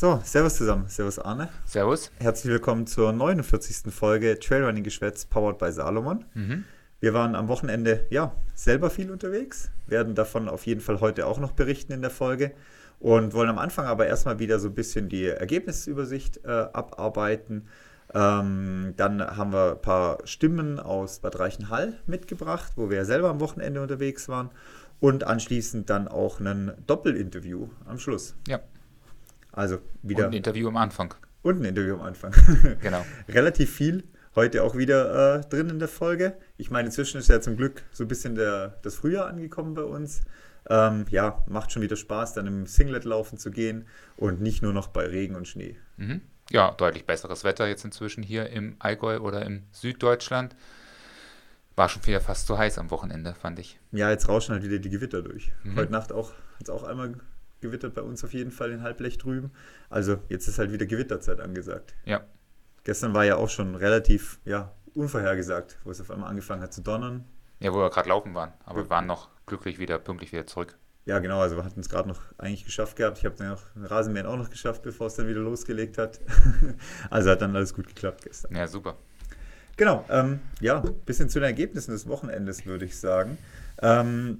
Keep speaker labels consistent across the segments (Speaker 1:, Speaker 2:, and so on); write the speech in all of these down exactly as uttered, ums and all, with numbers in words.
Speaker 1: So, servus zusammen, servus Arne.
Speaker 2: Servus.
Speaker 1: Herzlich willkommen zur neunundvierzigsten Folge Trailrunning-Geschwätz, powered by Salomon.
Speaker 2: Mhm.
Speaker 1: Wir waren am Wochenende, ja, selber viel unterwegs, werden davon auf jeden Fall heute auch noch berichten in der Folge und wollen am Anfang aber erstmal wieder so ein bisschen die Ergebnisübersicht äh, abarbeiten. Ähm, dann haben wir ein paar Stimmen aus Bad Reichenhall mitgebracht, wo wir ja selber am Wochenende unterwegs waren und anschließend dann auch ein Doppelinterview am Schluss.
Speaker 2: Ja.
Speaker 1: Also wieder.
Speaker 2: Und ein Interview am Anfang.
Speaker 1: Und ein Interview am Anfang.
Speaker 2: Genau.
Speaker 1: Relativ viel. Heute auch wieder äh, drin in der Folge. Ich meine, inzwischen ist ja zum Glück so ein bisschen der, das Frühjahr angekommen bei uns. Ähm, ja, macht schon wieder Spaß, dann im Singlet laufen zu gehen und nicht nur noch bei Regen und Schnee.
Speaker 2: Mhm. Ja, deutlich besseres Wetter jetzt inzwischen hier im Allgäu oder im Süddeutschland. War schon wieder fast zu heiß am Wochenende, fand ich.
Speaker 1: Ja, jetzt rauschen halt wieder die Gewitter durch.
Speaker 2: Mhm.
Speaker 1: Heute Nacht auch, hat es auch einmal gewittert bei uns auf jeden Fall in Halblech drüben. Also jetzt ist halt wieder Gewitterzeit angesagt.
Speaker 2: Ja.
Speaker 1: Gestern war ja auch schon relativ ja, unvorhergesagt, wo es auf einmal angefangen hat zu donnern.
Speaker 2: Ja, wo wir gerade laufen waren. Aber wir waren noch glücklich wieder, pünktlich wieder zurück.
Speaker 1: Ja, genau, also wir hatten es gerade noch eigentlich geschafft gehabt. Ich habe dann auch den Rasenmähen auch noch geschafft, bevor es dann wieder losgelegt hat. Also hat dann alles gut geklappt gestern.
Speaker 2: Ja, super.
Speaker 1: Genau, ähm, ja, ein bisschen zu den Ergebnissen des Wochenendes, würde ich sagen. Ähm,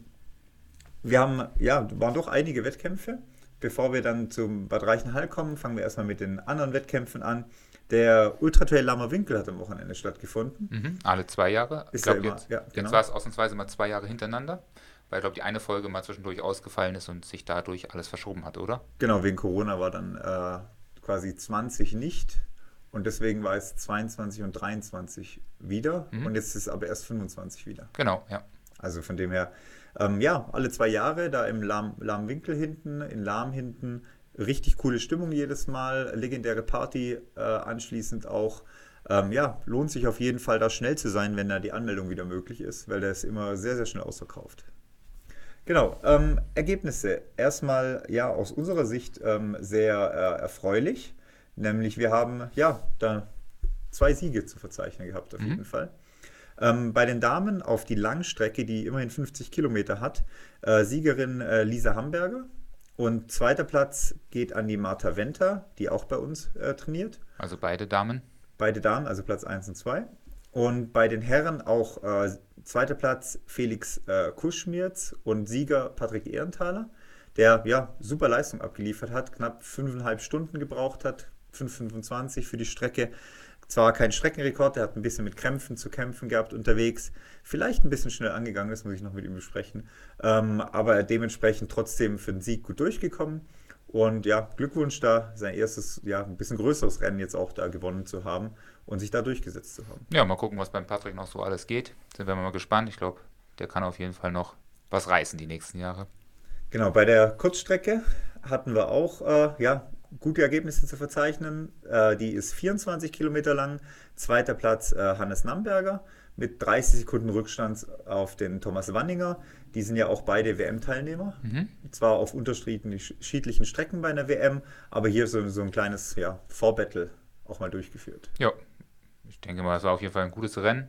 Speaker 1: wir haben, ja, waren doch einige Wettkämpfe. Bevor wir dann zum Bad Reichenhall kommen, fangen wir erstmal mit den anderen Wettkämpfen an. Der Ultratrail Lammerwinkel hat am Wochenende stattgefunden.
Speaker 2: Mhm. Alle zwei Jahre. Ich
Speaker 1: Ist ja
Speaker 2: glaube,
Speaker 1: immer-
Speaker 2: jetzt,
Speaker 1: ja, genau.
Speaker 2: jetzt war es ausnahmsweise mal zwei Jahre hintereinander, weil ich glaube, die eine Folge mal zwischendurch ausgefallen ist und sich dadurch alles verschoben hat, oder?
Speaker 1: Genau, wegen Corona war dann äh, quasi zwanzig nicht. Und deswegen war es zweiundzwanzig und dreiundzwanzig wieder.
Speaker 2: Mhm.
Speaker 1: Und jetzt ist es aber erst fünfundzwanzig wieder.
Speaker 2: Genau, ja.
Speaker 1: Also von dem her, ähm, ja, alle zwei Jahre da im Lahm, Lahmwinkel hinten, in Lahm hinten, richtig coole Stimmung jedes Mal, legendäre Party äh, anschließend auch. Ähm, ja, lohnt sich auf jeden Fall da schnell zu sein, wenn da die Anmeldung wieder möglich ist, weil der ist immer sehr, sehr schnell ausverkauft. Genau, ähm, Ergebnisse. Erstmal, ja, aus unserer Sicht ähm, sehr äh, erfreulich, nämlich wir haben, ja, da zwei Siege zu verzeichnen gehabt auf
Speaker 2: Mhm.
Speaker 1: jeden Fall. Ähm, bei den Damen auf die Langstrecke, die immerhin fünfzig Kilometer hat, äh, Siegerin äh, Lisa Hamberger und zweiter Platz geht an die Marta Venter, die auch bei uns äh, trainiert.
Speaker 2: Also beide Damen.
Speaker 1: Beide Damen, also Platz eins und zwei. Und bei den Herren auch äh, zweiter Platz Felix äh, Kuschmirz und Sieger Patrick Ehrenthaler, der ja super Leistung abgeliefert hat, knapp fünfeinhalb Stunden gebraucht hat, fünf Komma fünfundzwanzig für die Strecke. Zwar kein Streckenrekord, der hat ein bisschen mit Krämpfen zu kämpfen gehabt unterwegs, vielleicht ein bisschen schnell angegangen, das muss ich noch mit ihm besprechen, ähm, aber dementsprechend trotzdem für den Sieg gut durchgekommen. Und ja, Glückwunsch da, sein erstes, ja, ein bisschen größeres Rennen jetzt auch da gewonnen zu haben und sich da durchgesetzt zu haben.
Speaker 2: Ja, mal gucken, was beim Patrick noch so alles geht. Sind wir mal gespannt. Ich glaube, der kann auf jeden Fall noch was reißen die nächsten Jahre.
Speaker 1: Genau, bei der Kurzstrecke hatten wir auch äh, ja, gute Ergebnisse zu verzeichnen. Äh, die ist vierundzwanzig Kilometer lang. Zweiter Platz äh, Hannes Namberger mit dreißig Sekunden Rückstand auf den Thomas Wanninger. Die sind ja auch beide W M-Teilnehmer.
Speaker 2: Mhm.
Speaker 1: Zwar auf unterschiedlichen Strecken bei einer W M, aber hier so, so ein kleines ja, Vorbattle auch mal durchgeführt.
Speaker 2: Ja, ich denke mal, es war auf jeden Fall ein gutes Rennen.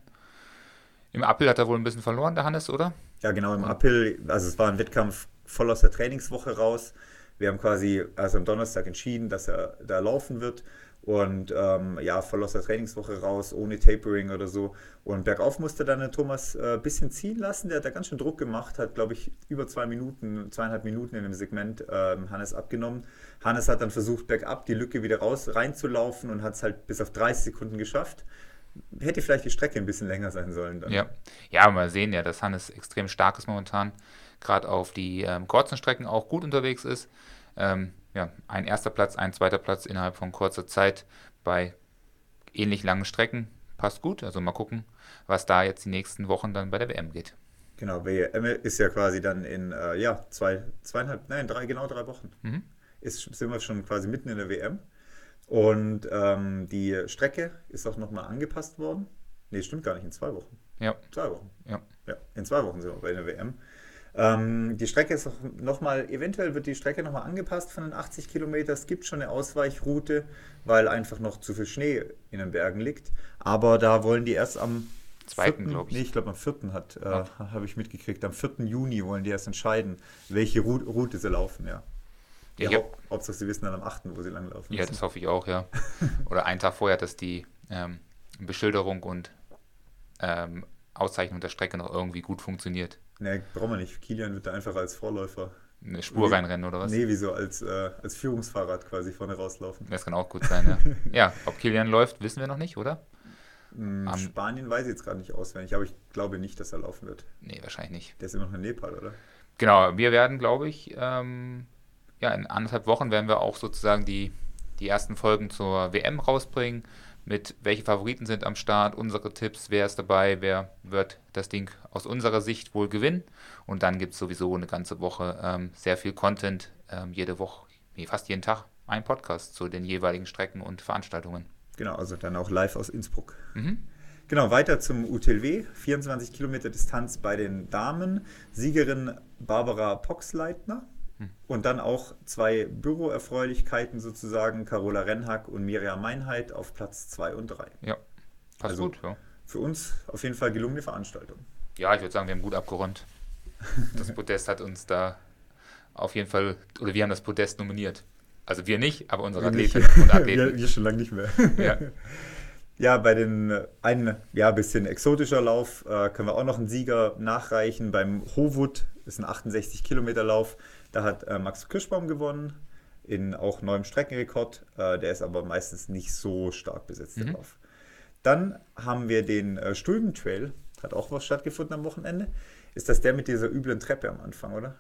Speaker 2: Im Appel hat er wohl ein bisschen verloren, der Hannes, oder?
Speaker 1: Ja, genau, im April, also es war ein Wettkampf voll aus der Trainingswoche raus. Wir haben quasi also am Donnerstag entschieden, dass er da laufen wird und ähm, ja, voll aus der Trainingswoche raus, ohne Tapering oder so. Und bergauf musste dann der Thomas ein äh, bisschen ziehen lassen, der hat da ganz schön Druck gemacht, hat glaube ich über zwei Minuten, zweieinhalb Minuten in dem Segment ähm, Hannes abgenommen. Hannes hat dann versucht, bergab die Lücke wieder raus, reinzulaufen und hat es halt bis auf dreißig Sekunden geschafft. Hätte vielleicht die Strecke ein bisschen länger sein sollen dann.
Speaker 2: Ja, ja, wir sehen ja, dass Hannes extrem stark ist momentan, gerade auf die ähm, kurzen Strecken auch gut unterwegs ist. Ähm, ja, ein erster Platz, ein zweiter Platz innerhalb von kurzer Zeit bei ähnlich langen Strecken passt gut. Also mal gucken, was da jetzt die nächsten Wochen dann bei der W M geht.
Speaker 1: Genau, W M ist ja quasi dann in äh, ja, zwei, zweieinhalb, nein, drei, genau drei Wochen.
Speaker 2: Mhm.
Speaker 1: Ist, sind wir schon quasi mitten in der W M. Und ähm, die Strecke ist auch nochmal angepasst worden. Nee, stimmt gar nicht, in zwei Wochen.
Speaker 2: Ja,
Speaker 1: Zwei Wochen.
Speaker 2: ja.
Speaker 1: Ja, in zwei Wochen sind wir bei der W M. Ähm, die Strecke ist auch nochmal, eventuell wird die Strecke nochmal angepasst von den achtzig Kilometern. Es gibt schon eine Ausweichroute, weil einfach noch zu viel Schnee in den Bergen liegt. Aber da wollen die erst am
Speaker 2: Zweiten, glaube ich.
Speaker 1: Nee, ich glaube am vierten hat, äh,
Speaker 2: Ja.
Speaker 1: habe ich mitgekriegt. Am vierten Juni wollen die erst entscheiden, welche Ru- Route sie laufen, ja.
Speaker 2: Ja,
Speaker 1: Ja,
Speaker 2: ich hab,
Speaker 1: Haupt, Hauptsache sie wissen dann am achten, wo sie langlaufen
Speaker 2: ja,
Speaker 1: müssen.
Speaker 2: das hoffe ich auch, ja. Oder einen Tag vorher, dass die ähm, Beschilderung und ähm, Auszeichnung der Strecke noch irgendwie gut funktioniert.
Speaker 1: Ne, brauchen wir nicht. Kilian wird da einfach als Vorläufer,
Speaker 2: Eine Spur
Speaker 1: wie,
Speaker 2: reinrennen oder was?
Speaker 1: nee, wie so als, äh, als Führungsfahrrad quasi vorne rauslaufen.
Speaker 2: Das kann auch gut sein, ja. Ja, ob Kilian läuft, wissen wir noch nicht, oder?
Speaker 1: Hm,
Speaker 2: Am,
Speaker 1: Spanien weiß ich jetzt gerade nicht auswendig, aber ich glaube nicht, dass er laufen wird.
Speaker 2: nee, wahrscheinlich nicht.
Speaker 1: Der ist immer noch in Nepal, oder?
Speaker 2: Genau, wir werden, glaube ich, ähm, ja, in anderthalb Wochen werden wir auch sozusagen die, die ersten Folgen zur W M rausbringen, mit welche Favoriten sind am Start, unsere Tipps, wer ist dabei, wer wird das Ding aus unserer Sicht wohl gewinnen. Und dann gibt es sowieso eine ganze Woche ähm, sehr viel Content, ähm, jede Woche, nee, fast jeden Tag ein Podcast zu den jeweiligen Strecken und Veranstaltungen.
Speaker 1: Genau, also dann auch live aus Innsbruck.
Speaker 2: Mhm.
Speaker 1: Genau, weiter zum U T L W. vierundzwanzig Kilometer Distanz bei den Damen. Siegerin Barbara Poxleitner.
Speaker 2: Hm.
Speaker 1: Und dann auch zwei Büroerfreulichkeiten sozusagen, Carola Rennhack und Miriam Meinheit auf Platz zwei und drei.
Speaker 2: Ja, passt
Speaker 1: Also
Speaker 2: gut. Ja.
Speaker 1: für uns auf jeden Fall gelungene Veranstaltung.
Speaker 2: Ja, ich würde sagen, wir haben gut abgeräumt. Das Podest hat uns da auf jeden Fall, oder wir haben das Podest nominiert. Also wir nicht, aber unsere Athletinnen und Athleten.
Speaker 1: wir, wir schon lange nicht mehr.
Speaker 2: Ja.
Speaker 1: Ja, bei den äh, ein ja, bisschen exotischer Lauf äh, können wir auch noch einen Sieger nachreichen. Beim Hovud ist ein achtundsechzig Kilometer Lauf. Da hat äh, Max Kirschbaum gewonnen, in auch neuem Streckenrekord. Äh, der ist aber meistens nicht so stark besetzt, der
Speaker 2: Mhm.
Speaker 1: Lauf. Dann haben wir den äh, Stulben Trail, hat auch was stattgefunden am Wochenende. Ist das der mit dieser üblen Treppe am Anfang, oder?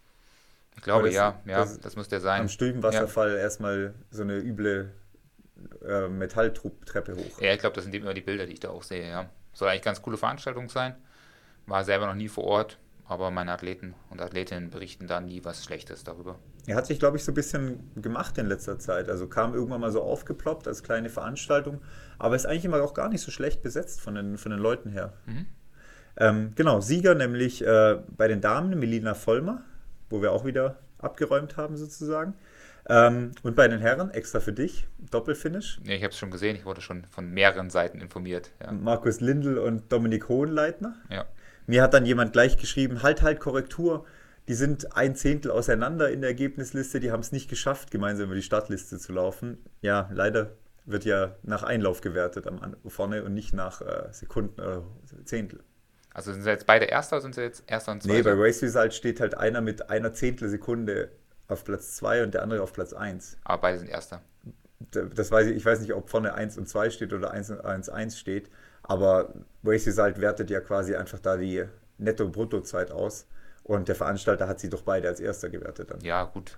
Speaker 2: Ich glaube,
Speaker 1: das-
Speaker 2: ja, ja,
Speaker 1: das-
Speaker 2: das muss der sein.
Speaker 1: Am Stulbenwasserfall erstmal so eine üble äh, Metalltreppe hoch.
Speaker 2: Ja, ich glaube, das sind immer die Bilder, die ich da auch sehe, ja. Soll eigentlich ganz coole Veranstaltung sein. War selber noch nie vor Ort, aber meine Athleten und Athletinnen berichten da nie was Schlechtes darüber.
Speaker 1: Er hat sich, glaube ich, so ein bisschen gemacht in letzter Zeit. Also kam irgendwann mal so aufgeploppt als kleine Veranstaltung, aber ist eigentlich immer auch gar nicht so schlecht besetzt von den, von den Leuten her.
Speaker 2: Mhm.
Speaker 1: Ähm, genau, Sieger nämlich äh, bei den Damen Melina Vollmer, wo wir auch wieder abgeräumt haben sozusagen. Ähm, und bei den Herren, extra für dich, Doppelfinish.
Speaker 2: Ja, ich habe es schon gesehen, ich wurde schon von mehreren Seiten informiert. Ja.
Speaker 1: Markus Lindl und Dominik Hohenleitner.
Speaker 2: Ja.
Speaker 1: Mir hat dann jemand gleich geschrieben, halt, halt, Korrektur. Die sind ein Zehntel auseinander in der Ergebnisliste, die haben es nicht geschafft, gemeinsam über die Startliste zu laufen. Ja, leider wird ja nach Einlauf gewertet am An- vorne und nicht nach äh, Sekunden oder Zehntel.
Speaker 2: Also sind sie jetzt beide Erster oder sind sie jetzt Erster und
Speaker 1: Nee,
Speaker 2: Zweiter?
Speaker 1: bei Race Result steht halt einer mit einer Zehntelsekunde auf Platz zwei und der andere auf Platz eins.
Speaker 2: Aber beide sind Erster.
Speaker 1: Das weiß ich, ich weiß nicht, ob vorne eins und zwei steht oder eins und eins steht, aber Race Result wertet ja quasi einfach da die Netto-Brutto-Zeit aus und der Veranstalter hat sie doch beide als Erster gewertet dann.
Speaker 2: Ja, gut.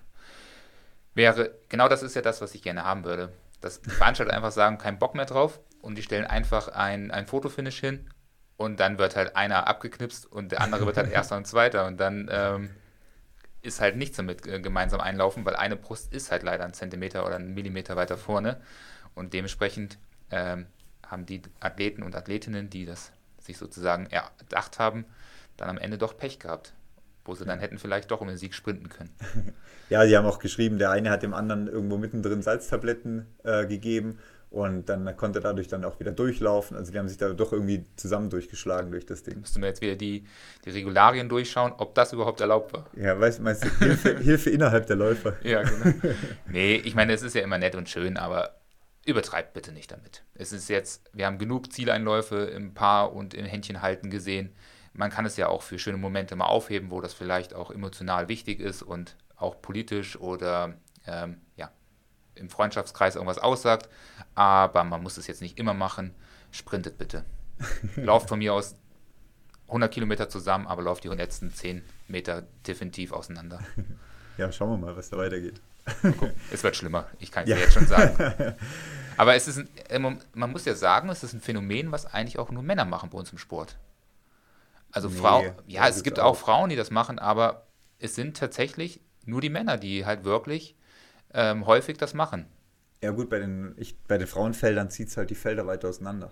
Speaker 2: Wäre, genau das ist ja das, was ich gerne haben würde. Dass die Veranstalter einfach sagen, kein Bock mehr drauf und die stellen einfach ein, ein Fotofinish hin und dann wird halt einer abgeknipst und der andere wird halt Erster und Zweiter und dann ähm, ist halt nichts damit äh, gemeinsam einlaufen, weil eine Brust ist halt leider einen Zentimeter oder einen Millimeter weiter vorne und dementsprechend ähm, haben die Athleten und Athletinnen, die das sich sozusagen erdacht haben, dann am Ende doch Pech gehabt, wo sie dann hätten vielleicht doch um den Sieg sprinten können.
Speaker 1: Ja, die haben auch geschrieben, der eine hat dem anderen irgendwo mittendrin Salztabletten äh, gegeben und dann konnte er dadurch dann auch wieder durchlaufen. Also die haben sich da doch irgendwie zusammen durchgeschlagen durch das Ding.
Speaker 2: Müssten wir jetzt wieder die, die Regularien durchschauen, ob das überhaupt erlaubt war.
Speaker 1: Ja, weißt du, meinst du, Hilfe, Hilfe innerhalb der Läufer.
Speaker 2: Ja, genau. Nee, ich meine, es ist ja immer nett und schön, aber übertreibt bitte nicht damit. Es ist jetzt, wir haben genug Zieleinläufe im Paar und im Händchen halten gesehen. Man kann es ja auch für schöne Momente mal aufheben, wo das vielleicht auch emotional wichtig ist und auch politisch oder ähm, ja, im Freundschaftskreis irgendwas aussagt. Aber man muss es jetzt nicht immer machen. Sprintet bitte. Lauft von mir aus hundert Kilometer zusammen, aber lauft die letzten zehn Meter definitiv auseinander.
Speaker 1: Ja, schauen wir mal, was da weitergeht.
Speaker 2: Es wird schlimmer, ich kann es
Speaker 1: Ja.
Speaker 2: ja jetzt schon sagen. Aber es ist ein, man muss ja sagen, es ist ein Phänomen, was eigentlich auch nur Männer machen bei uns im Sport. Also
Speaker 1: Nee,
Speaker 2: Frauen, ja,
Speaker 1: das
Speaker 2: es
Speaker 1: ist
Speaker 2: gibt
Speaker 1: auch-
Speaker 2: auch Frauen, die das machen, aber es sind tatsächlich nur die Männer, die halt wirklich ähm, häufig das machen.
Speaker 1: Ja gut, bei den, ich, bei den Frauenfeldern zieht es halt die Felder weiter auseinander.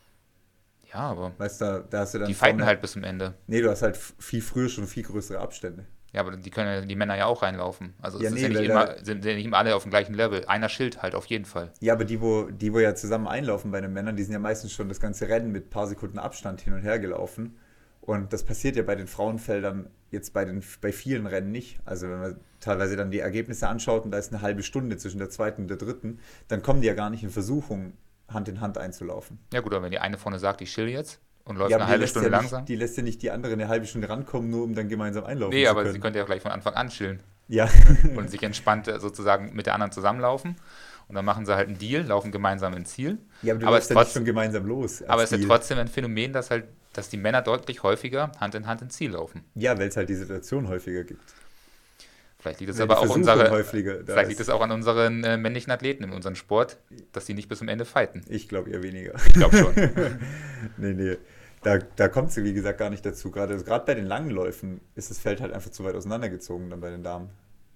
Speaker 2: Ja, aber
Speaker 1: Weißt du, da, da hast du dann
Speaker 2: die fighten
Speaker 1: vorne-
Speaker 2: halt bis zum Ende.
Speaker 1: Nee, du hast halt f- viel früher schon viel größere Abstände.
Speaker 2: Ja, aber die können ja die Männer ja auch reinlaufen. Also
Speaker 1: Ja,
Speaker 2: es ist
Speaker 1: nee,
Speaker 2: ja nicht
Speaker 1: weil
Speaker 2: immer,
Speaker 1: da-
Speaker 2: sind ja nicht immer alle auf dem gleichen Level. Einer Schild halt auf jeden Fall.
Speaker 1: Ja, aber die wo, die, wo ja zusammen einlaufen bei den Männern, die sind ja meistens schon das ganze Rennen mit ein paar Sekunden Abstand hin und her gelaufen. Und das passiert ja bei den Frauenfeldern jetzt bei, den, bei vielen Rennen nicht. Also wenn man teilweise dann die Ergebnisse anschaut und da ist eine halbe Stunde zwischen der zweiten und der dritten, dann kommen die ja gar nicht in Versuchung, Hand in Hand einzulaufen.
Speaker 2: Ja gut, aber wenn die eine vorne sagt, ich chill jetzt und läuft
Speaker 1: Ja,
Speaker 2: eine
Speaker 1: aber die
Speaker 2: halbe
Speaker 1: lässt,
Speaker 2: Stunde
Speaker 1: ja
Speaker 2: langsam.
Speaker 1: nicht, die lässt ja nicht die andere eine halbe Stunde rankommen, nur um dann gemeinsam einlaufen
Speaker 2: Nee,
Speaker 1: zu
Speaker 2: aber
Speaker 1: können.
Speaker 2: sie könnte ja gleich von Anfang an chillen
Speaker 1: Ja,
Speaker 2: und sich entspannt äh, sozusagen mit der anderen zusammenlaufen. Und dann machen sie halt einen Deal, laufen gemeinsam ins Ziel.
Speaker 1: ja, aber du
Speaker 2: Aber
Speaker 1: läufst
Speaker 2: es
Speaker 1: ja nicht
Speaker 2: trotz-
Speaker 1: schon gemeinsam los. als
Speaker 2: Aber es ist ja
Speaker 1: Ziel.
Speaker 2: trotzdem ein Phänomen, dass halt, dass die Männer deutlich häufiger Hand in Hand ins Ziel laufen.
Speaker 1: Ja, weil es halt die Situation häufiger gibt.
Speaker 2: Vielleicht liegt es
Speaker 1: Weil
Speaker 2: aber
Speaker 1: die
Speaker 2: auch
Speaker 1: Versuchung
Speaker 2: unsere,
Speaker 1: häufiger da
Speaker 2: vielleicht liegt
Speaker 1: ist.
Speaker 2: es auch an unseren äh, männlichen Athleten in unserem Sport, dass die nicht bis zum Ende fighten.
Speaker 1: Ich glaube eher weniger.
Speaker 2: Ich glaube schon.
Speaker 1: Nee, nee. Da, da kommt sie, wie gesagt, gar nicht dazu. Gerade also gerade bei den langen Läufen ist das Feld halt einfach zu weit auseinandergezogen dann bei den Damen.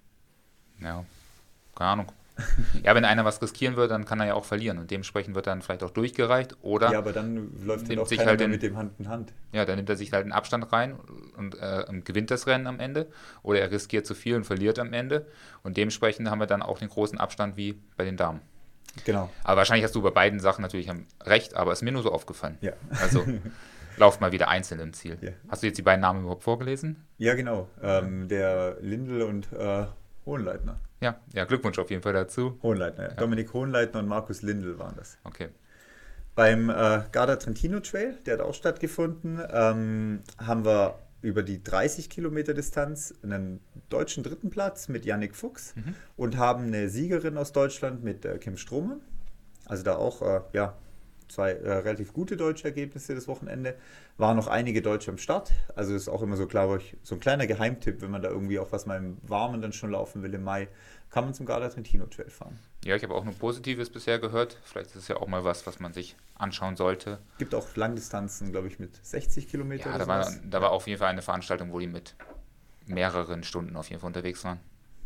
Speaker 2: Ja, keine Ahnung. Ja, wenn einer was riskieren würde, dann kann er ja auch verlieren und dementsprechend wird dann vielleicht auch durchgereicht oder
Speaker 1: Ja, aber dann läuft halt
Speaker 2: nimmt
Speaker 1: auch
Speaker 2: sich
Speaker 1: keiner
Speaker 2: halt
Speaker 1: mehr
Speaker 2: den-
Speaker 1: mit dem Hand in Hand.
Speaker 2: ja, dann nimmt er sich halt einen Abstand rein und äh, gewinnt das Rennen am Ende oder er riskiert zu viel und verliert am Ende und dementsprechend haben wir dann auch den großen Abstand wie bei den Damen.
Speaker 1: Genau.
Speaker 2: Aber wahrscheinlich hast du bei beiden Sachen natürlich recht, aber ist mir nur so aufgefallen.
Speaker 1: Ja.
Speaker 2: Also lauft mal wieder einzeln im Ziel.
Speaker 1: Ja.
Speaker 2: Hast du jetzt die beiden Namen überhaupt vorgelesen?
Speaker 1: Ja, genau. Ähm, der Lindl und äh, Hohenleitner.
Speaker 2: Ja, ja, Glückwunsch auf jeden Fall dazu.
Speaker 1: Hohenleitner, ja. Dominik Hohenleitner und Markus Lindl waren das.
Speaker 2: Okay.
Speaker 1: Beim äh, Garda Trentino Trail, der hat auch stattgefunden, ähm, haben wir über die dreißig Kilometer Distanz einen deutschen dritten Platz mit Yannick Fuchs
Speaker 2: Mhm.
Speaker 1: und haben eine Siegerin aus Deutschland mit äh, Kim Strohmann. Also da auch, äh, ja, zwei äh, relativ gute deutsche Ergebnisse das Wochenende. Waren noch einige Deutsche am Start. Also ist auch immer so, glaube ich, so ein kleiner Geheimtipp, wenn man da irgendwie auch was mal im Warmen dann schon laufen will im Mai, kann man zum Garda Trentino Trail fahren.
Speaker 2: Ja, ich habe auch nur Positives bisher gehört. Vielleicht ist es ja auch mal was, was man sich anschauen sollte.
Speaker 1: Gibt auch Langdistanzen, glaube ich, mit sechzig Kilometer
Speaker 2: Ja,
Speaker 1: oder
Speaker 2: da war,
Speaker 1: sowas.
Speaker 2: da war auf jeden Fall eine Veranstaltung, wo die mit mehreren Stunden auf jeden Fall unterwegs waren.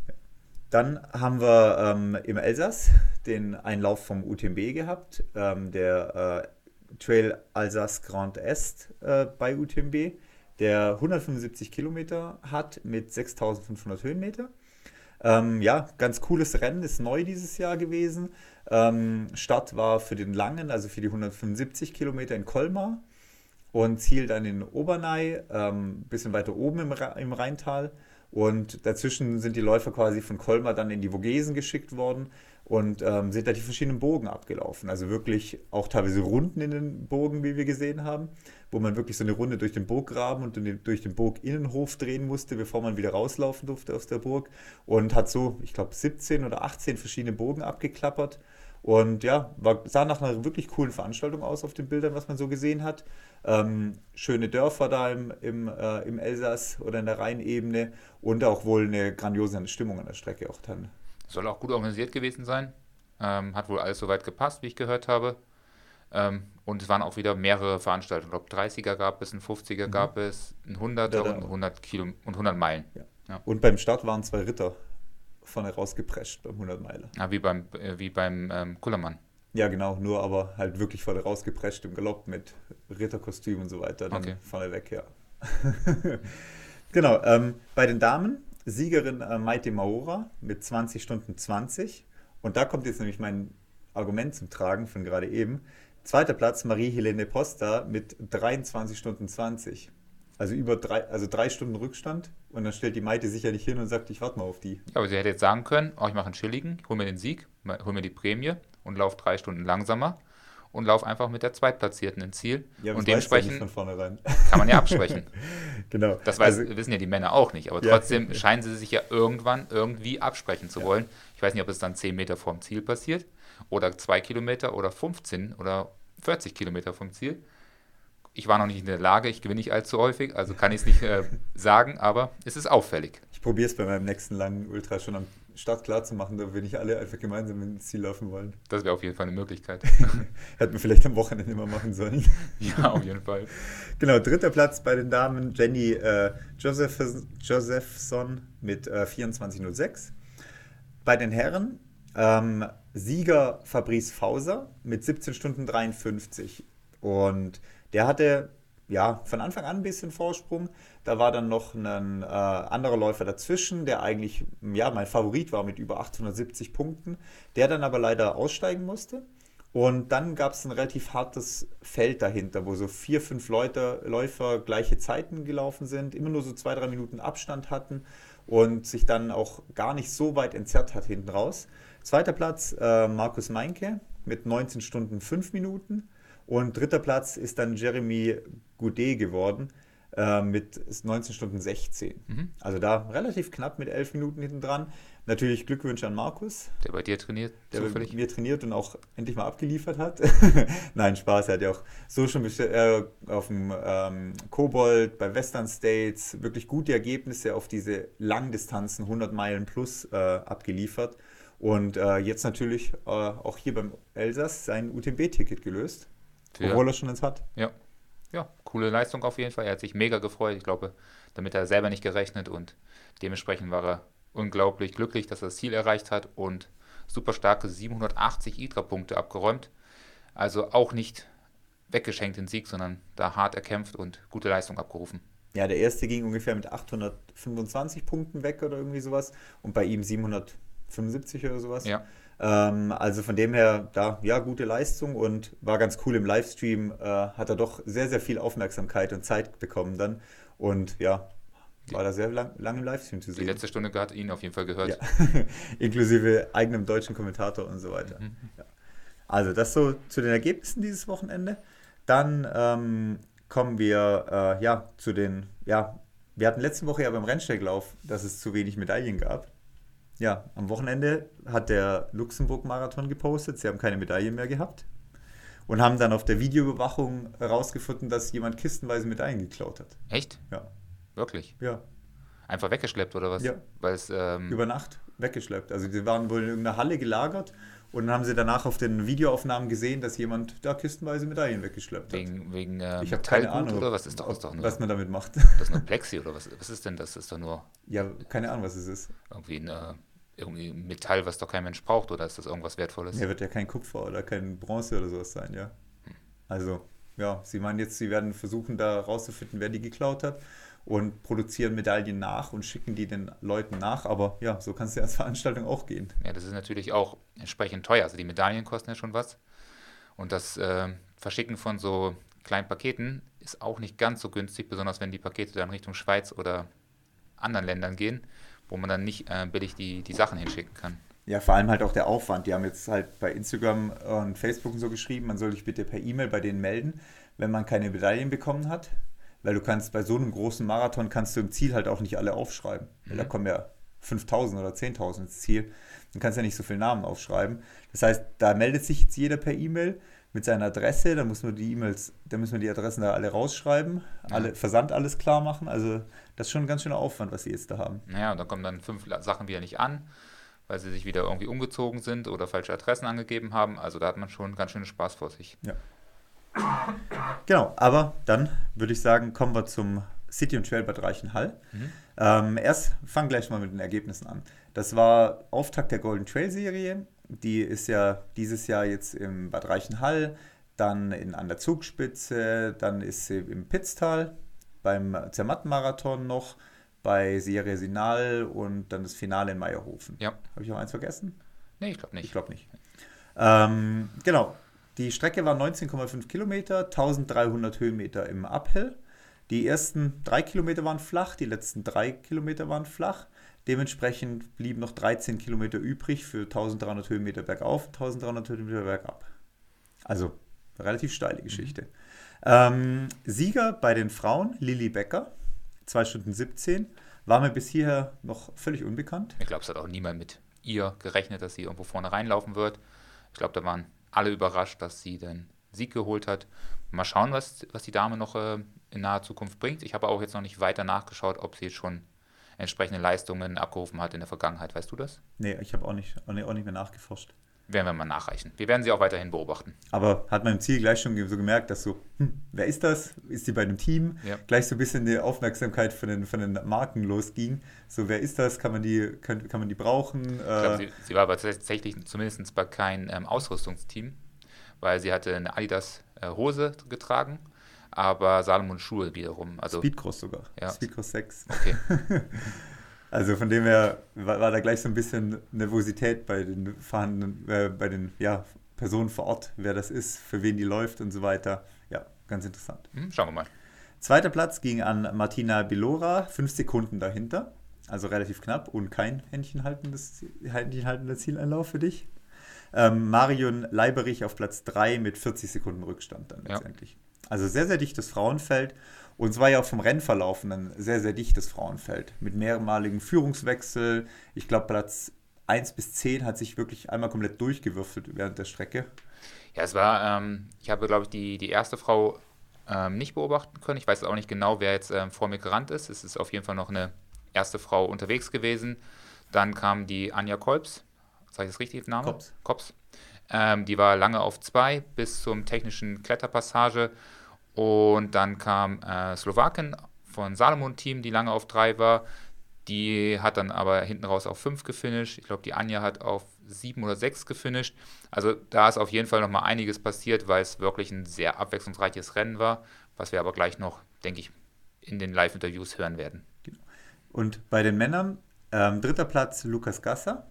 Speaker 1: Dann haben wir ähm, im Elsass den Einlauf vom U T M B gehabt, ähm, der äh, Trail Alsace Grand Est äh, bei U T M B, der hundertfünfundsiebzig Kilometer hat mit sechstausendfünfhundert Höhenmeter. Ähm, ja, ganz cooles Rennen, ist neu dieses Jahr gewesen. Ähm, Start war für den langen, also für die hundertfünfundsiebzig Kilometer in Colmar und Ziel dann in Obernai, ein ähm, bisschen weiter oben im, Ra- im Rheintal. Und dazwischen sind die Läufer quasi von Colmar dann in die Vogesen geschickt worden und ähm, sind da die verschiedenen Bogen abgelaufen. Also wirklich auch teilweise Runden in den Bogen, wie wir gesehen haben, wo man wirklich so eine Runde durch den Burggraben und den, durch den Burginnenhof drehen musste, bevor man wieder rauslaufen durfte aus der Burg. Und hat so, ich glaube, siebzehn oder achtzehn verschiedene Bogen abgeklappert. Und ja, war, sah nach einer wirklich coolen Veranstaltung aus auf den Bildern, was man so gesehen hat. Ähm, schöne Dörfer da im, im, äh, im Elsass oder in der Rheinebene und auch wohl eine grandiose Stimmung an der Strecke auch dann.
Speaker 2: Soll auch gut organisiert gewesen sein. Ähm, hat wohl alles soweit gepasst, wie ich gehört habe. Ähm, und es waren auch wieder mehrere Veranstaltungen. Ich glaube, dreißiger gab es, ein fünfziger
Speaker 1: Mhm.
Speaker 2: gab es, ein hunderter
Speaker 1: Ja, da-
Speaker 2: und ein hundert Kilo und hundert Meilen.
Speaker 1: Ja.
Speaker 2: Ja.
Speaker 1: Und beim Start waren zwei Ritter vorne rausgeprescht beim hundert Meiler.
Speaker 2: Ah, wie beim, äh, wie beim ähm, Kullermann.
Speaker 1: Ja, genau, nur aber halt wirklich vorne rausgeprescht im Galopp mit Ritterkostüm und so weiter, dann
Speaker 2: Okay.
Speaker 1: vorne weg, ja. Genau, ähm, bei den Damen, Siegerin äh, Maite Maura mit zwanzig Stunden zwanzig. Und da kommt jetzt nämlich mein Argument zum Tragen von gerade eben. Zweiter Platz Marie-Helene Posta mit dreiundzwanzig Stunden zwanzig. Also über drei, also drei Stunden Rückstand. Und dann stellt die Maite sich ja nicht hin und sagt, ich warte mal auf die.
Speaker 2: Ja, aber sie hätte jetzt sagen können, oh, ich mache einen chilligen, hol mir den Sieg, hol mir die Prämie und lauf drei Stunden langsamer und lauf einfach mit der Zweitplatzierten ins Ziel.
Speaker 1: Ja,
Speaker 2: und
Speaker 1: das weißt du ja nicht
Speaker 2: dementsprechend
Speaker 1: von vornherein.
Speaker 2: kann man ja absprechen.
Speaker 1: Genau.
Speaker 2: Das weiß,
Speaker 1: Also,
Speaker 2: wissen ja die Männer auch nicht, aber
Speaker 1: Ja.
Speaker 2: trotzdem scheinen sie sich ja irgendwann irgendwie absprechen zu
Speaker 1: Ja.
Speaker 2: wollen. Ich weiß nicht, ob es dann zehn Meter vorm Ziel passiert oder zwei Kilometer oder fünfzehn oder vierzig Kilometer vom Ziel. Ich war noch nicht in der Lage, ich gewinne nicht allzu häufig, also kann ich es nicht äh, sagen, aber es ist auffällig.
Speaker 1: ich probiere es bei meinem nächsten langen Ultra schon am Start klar zu machen, da wir nicht alle einfach gemeinsam ins Ziel laufen wollen.
Speaker 2: Das wäre auf jeden Fall eine Möglichkeit.
Speaker 1: Hätten wir vielleicht am Wochenende mal machen sollen.
Speaker 2: Ja, auf jeden Fall.
Speaker 1: Genau, dritter Platz bei den Damen Jenny äh, Joseph, Josephson mit äh, vierundzwanzig null sechs. Bei den Herren ähm, Sieger Fabrice Fauser mit siebzehn Stunden dreiundfünfzig. Und der hatte ja von Anfang an ein bisschen Vorsprung. Da war dann noch ein äh, anderer Läufer dazwischen, der eigentlich ja, mein Favorit war mit über achthundertsiebzig Punkten, der dann aber leider aussteigen musste. Und dann gab es ein relativ hartes Feld dahinter, wo so vier, fünf Leute, Läufer gleiche Zeiten gelaufen sind, immer nur so zwei, drei Minuten Abstand hatten und sich dann auch gar nicht so weit entzerrt hat hinten raus. Zweiter Platz äh, Markus Meinke mit neunzehn Stunden fünf Minuten und dritter Platz ist dann Jeremy Goudet geworden äh, mit neunzehn Stunden sechzehn.
Speaker 2: Mhm.
Speaker 1: Also da relativ knapp mit elf Minuten hinten dran. Natürlich Glückwünsche an Markus,
Speaker 2: Der bei dir trainiert,
Speaker 1: der
Speaker 2: zufällig.
Speaker 1: mit mir trainiert und auch endlich mal abgeliefert hat. Nein, Spaß, er hat ja auch so schon besti- äh, auf dem ähm, Kobold, bei Western States wirklich gute Ergebnisse auf diese Langdistanzen, hundert Meilen plus, äh, abgeliefert. Und äh, jetzt natürlich äh, auch hier beim Elsass sein U T M B-Ticket gelöst,
Speaker 2: Für,
Speaker 1: obwohl er schon eins hat.
Speaker 2: ja, ja, coole Leistung auf jeden Fall. Er hat sich mega gefreut. Ich glaube, damit hat er selber nicht gerechnet und dementsprechend war er unglaublich glücklich, dass er das Ziel erreicht hat und super starke siebenhundertachtzig I T R A-Punkte abgeräumt. Also auch nicht weggeschenkt den Sieg, sondern da hart erkämpft und gute Leistung abgerufen.
Speaker 1: Ja, der erste ging ungefähr mit achthundertfünfundzwanzig Punkten weg oder irgendwie sowas und bei ihm siebenhundertfünfundsiebzig oder sowas.
Speaker 2: Ja,
Speaker 1: Ähm, also von dem her, da, ja, gute Leistung und war ganz cool im Livestream, äh, hat er doch sehr, sehr viel Aufmerksamkeit und Zeit bekommen dann und ja,
Speaker 2: die,
Speaker 1: war da sehr lang, lang im Livestream zu
Speaker 2: die
Speaker 1: sehen.
Speaker 2: letzte Stunde hat ihn auf jeden Fall gehört.
Speaker 1: Ja, inklusive eigenem deutschen Kommentator und so weiter.
Speaker 2: Mhm.
Speaker 1: Ja. Also das so zu den Ergebnissen dieses Wochenende. Dann ähm, kommen wir äh, ja zu den, ja, wir hatten letzte Woche ja beim Rennsteiglauf, dass es zu wenig Medaillen gab. Ja, am Wochenende hat der Luxemburg-Marathon gepostet, sie haben keine Medaillen mehr gehabt und haben dann auf der Videoüberwachung herausgefunden, dass jemand kistenweise Medaillen geklaut hat.
Speaker 2: Echt?
Speaker 1: Ja,
Speaker 2: Wirklich?
Speaker 1: ja,
Speaker 2: Einfach weggeschleppt oder was?
Speaker 1: ja.
Speaker 2: Weil es, ähm,
Speaker 1: Über Nacht weggeschleppt. Also die waren wohl in irgendeiner Halle gelagert und dann haben sie danach auf den Videoaufnahmen gesehen, dass jemand da kistenweise Medaillen weggeschleppt hat.
Speaker 2: wegen, wegen äh,
Speaker 1: Ich habe keine
Speaker 2: Metallgut
Speaker 1: Ahnung,
Speaker 2: oder was? Ist doch, ist doch nur,
Speaker 1: was man damit macht.
Speaker 2: das ist nur Plexi oder was? Was ist denn das? Das ist doch nur
Speaker 1: Ja, keine Ahnung, was es ist.
Speaker 2: irgendwie ein äh, irgendwie Metall, was doch kein Mensch braucht, oder ist das irgendwas Wertvolles?
Speaker 1: Ja, wird ja kein Kupfer oder kein Bronze oder sowas sein, ja. Also, ja, sie meinen jetzt, sie werden versuchen, da rauszufinden, wer die geklaut hat und produzieren Medaillen nach und schicken die den Leuten nach. Aber ja, so kann es ja als Veranstaltung auch gehen.
Speaker 2: Ja, das ist natürlich auch entsprechend teuer. Also die Medaillen kosten ja schon was. Und das äh, Verschicken von so kleinen Paketen ist auch nicht ganz so günstig, besonders wenn die Pakete dann Richtung Schweiz oder anderen Ländern gehen, wo man dann nicht äh, billig die, die Sachen hinschicken kann.
Speaker 1: Ja, vor allem halt auch der Aufwand. Die haben jetzt halt bei Instagram und Facebook und so geschrieben, man soll sich bitte per E-Mail bei denen melden, wenn man keine Medaillen bekommen hat. Weil du kannst bei so einem großen Marathon kannst du im Ziel halt auch nicht alle aufschreiben. Weil da
Speaker 2: Mhm.
Speaker 1: kommen ja fünftausend oder zehntausend ins Ziel. Dann kannst du ja nicht so viele Namen aufschreiben. Das heißt, da meldet sich jetzt jeder per E-Mail mit seiner Adresse. Dann muss man die E-Mails, dann müssen wir die Adressen da alle rausschreiben,
Speaker 2: Ja.
Speaker 1: alle Versand alles klar machen. Also das ist schon ein ganz schöner Aufwand, was sie jetzt da haben.
Speaker 2: Naja, und dann kommen dann fünf La- Sachen wieder nicht an, weil sie sich wieder irgendwie umgezogen sind oder falsche Adressen angegeben haben. Also da hat man schon ganz schön Spaß vor sich.
Speaker 1: Ja. Genau, aber dann würde ich sagen, kommen wir zum City und Trail Bad Reichenhall.
Speaker 2: Mhm.
Speaker 1: Ähm, erst fangen gleich mal mit den Ergebnissen an. Das war Auftakt der Golden Trail Serie. Die ist ja dieses Jahr jetzt im Bad Reichenhall, dann in, an der Zugspitze, dann ist sie im Pitztal, beim Zermatt-Marathon noch, bei Serie Sinal und dann das Finale in Meierhofen.
Speaker 2: Ja,
Speaker 1: Habe ich noch eins vergessen?
Speaker 2: nee, ich glaube
Speaker 1: Ich
Speaker 2: nicht.
Speaker 1: glaube nicht. Ähm, genau. Die Strecke war neunzehn Komma fünf Kilometer, dreizehnhundert Höhenmeter im Uphill. Die ersten drei Kilometer waren flach, die letzten drei Kilometer waren flach. Dementsprechend blieben noch dreizehn Kilometer übrig für dreizehnhundert Höhenmeter bergauf, dreizehnhundert Höhenmeter bergab. Also relativ steile Geschichte. Ähm, Sieger bei den Frauen, Lilly Becker, zwei Stunden siebzehn. War mir bis hierher noch völlig unbekannt.
Speaker 2: Ich glaube, es hat auch niemand mit ihr gerechnet, dass sie irgendwo vorne reinlaufen wird. Ich glaube, da waren alle überrascht, dass sie den Sieg geholt hat. Mal schauen, was, was die Dame noch äh, in naher Zukunft bringt. Ich habe auch jetzt noch nicht weiter nachgeschaut, ob sie jetzt schon entsprechende Leistungen abgerufen hat in der Vergangenheit. Weißt du das?
Speaker 1: Nee, ich habe auch nicht, auch nicht auch nicht mehr nachgeforscht.
Speaker 2: Werden wir mal nachreichen. Wir werden sie auch weiterhin beobachten.
Speaker 1: Aber hat man im Ziel gleich schon so gemerkt, dass so, hm, wer ist das? Ist die bei einem Team?
Speaker 2: Ja.
Speaker 1: Gleich so ein bisschen die Aufmerksamkeit von den, von den Marken losging. So, wer ist das? Kann man die, kann, kann man die brauchen?
Speaker 2: Ich glaube,
Speaker 1: Äh,
Speaker 2: sie, sie war aber tatsächlich zumindest bei keinem ähm, Ausrüstungsteam, weil sie hatte eine Adidas äh, Hose getragen, aber Salomon Schuhe wiederum. Also,
Speaker 1: Speedcross sogar.
Speaker 2: Ja.
Speaker 1: Speedcross sechs.
Speaker 2: okay.
Speaker 1: Also von dem her war, war da gleich so ein bisschen Nervosität bei den vorhandenen, äh, bei den ja, Person vor Ort, wer das ist, für wen die läuft und so weiter. Ja, ganz interessant.
Speaker 2: Hm, schauen wir mal.
Speaker 1: Zweiter Platz ging an Martina Bilora, fünf Sekunden dahinter, also relativ knapp und kein händchenhaltendes, händchenhaltender Zieleinlauf für dich. Ähm, Marion Leiberich auf Platz drei mit vierzig Sekunden Rückstand dann letztendlich. Ja. Also sehr, sehr dichtes Frauenfeld. Und es war ja auch vom Rennverlauf ein sehr, sehr dichtes Frauenfeld. Mit mehrmaligen Führungswechsel. Ich glaube, Platz eins bis zehn hat sich wirklich einmal komplett durchgewürfelt während der Strecke.
Speaker 2: Ja, es war, ähm, ich habe, glaube ich, die, die erste Frau ähm, nicht beobachten können. Ich weiß auch nicht genau, wer jetzt ähm, vor mir gerannt ist. Es ist auf jeden Fall noch eine erste Frau unterwegs gewesen. Dann kam die Anja Kolbs. Sag ich das richtig, Name?
Speaker 1: Kops.
Speaker 2: Kops. Ähm, die war lange auf zwei bis zum technischen Kletterpassage. Und dann kam äh, Slowakin von Salomon-Team, die lange auf drei war. Die hat dann aber hinten raus auf fünf gefinisht. Ich glaube, die Anja hat auf sieben oder sechs gefinisht. Also da ist auf jeden Fall nochmal einiges passiert, weil es wirklich ein sehr abwechslungsreiches Rennen war, was wir aber gleich noch, denke ich, in den Live-Interviews hören werden.
Speaker 1: Und bei den Männern, ähm, dritter Platz Lukas Gasser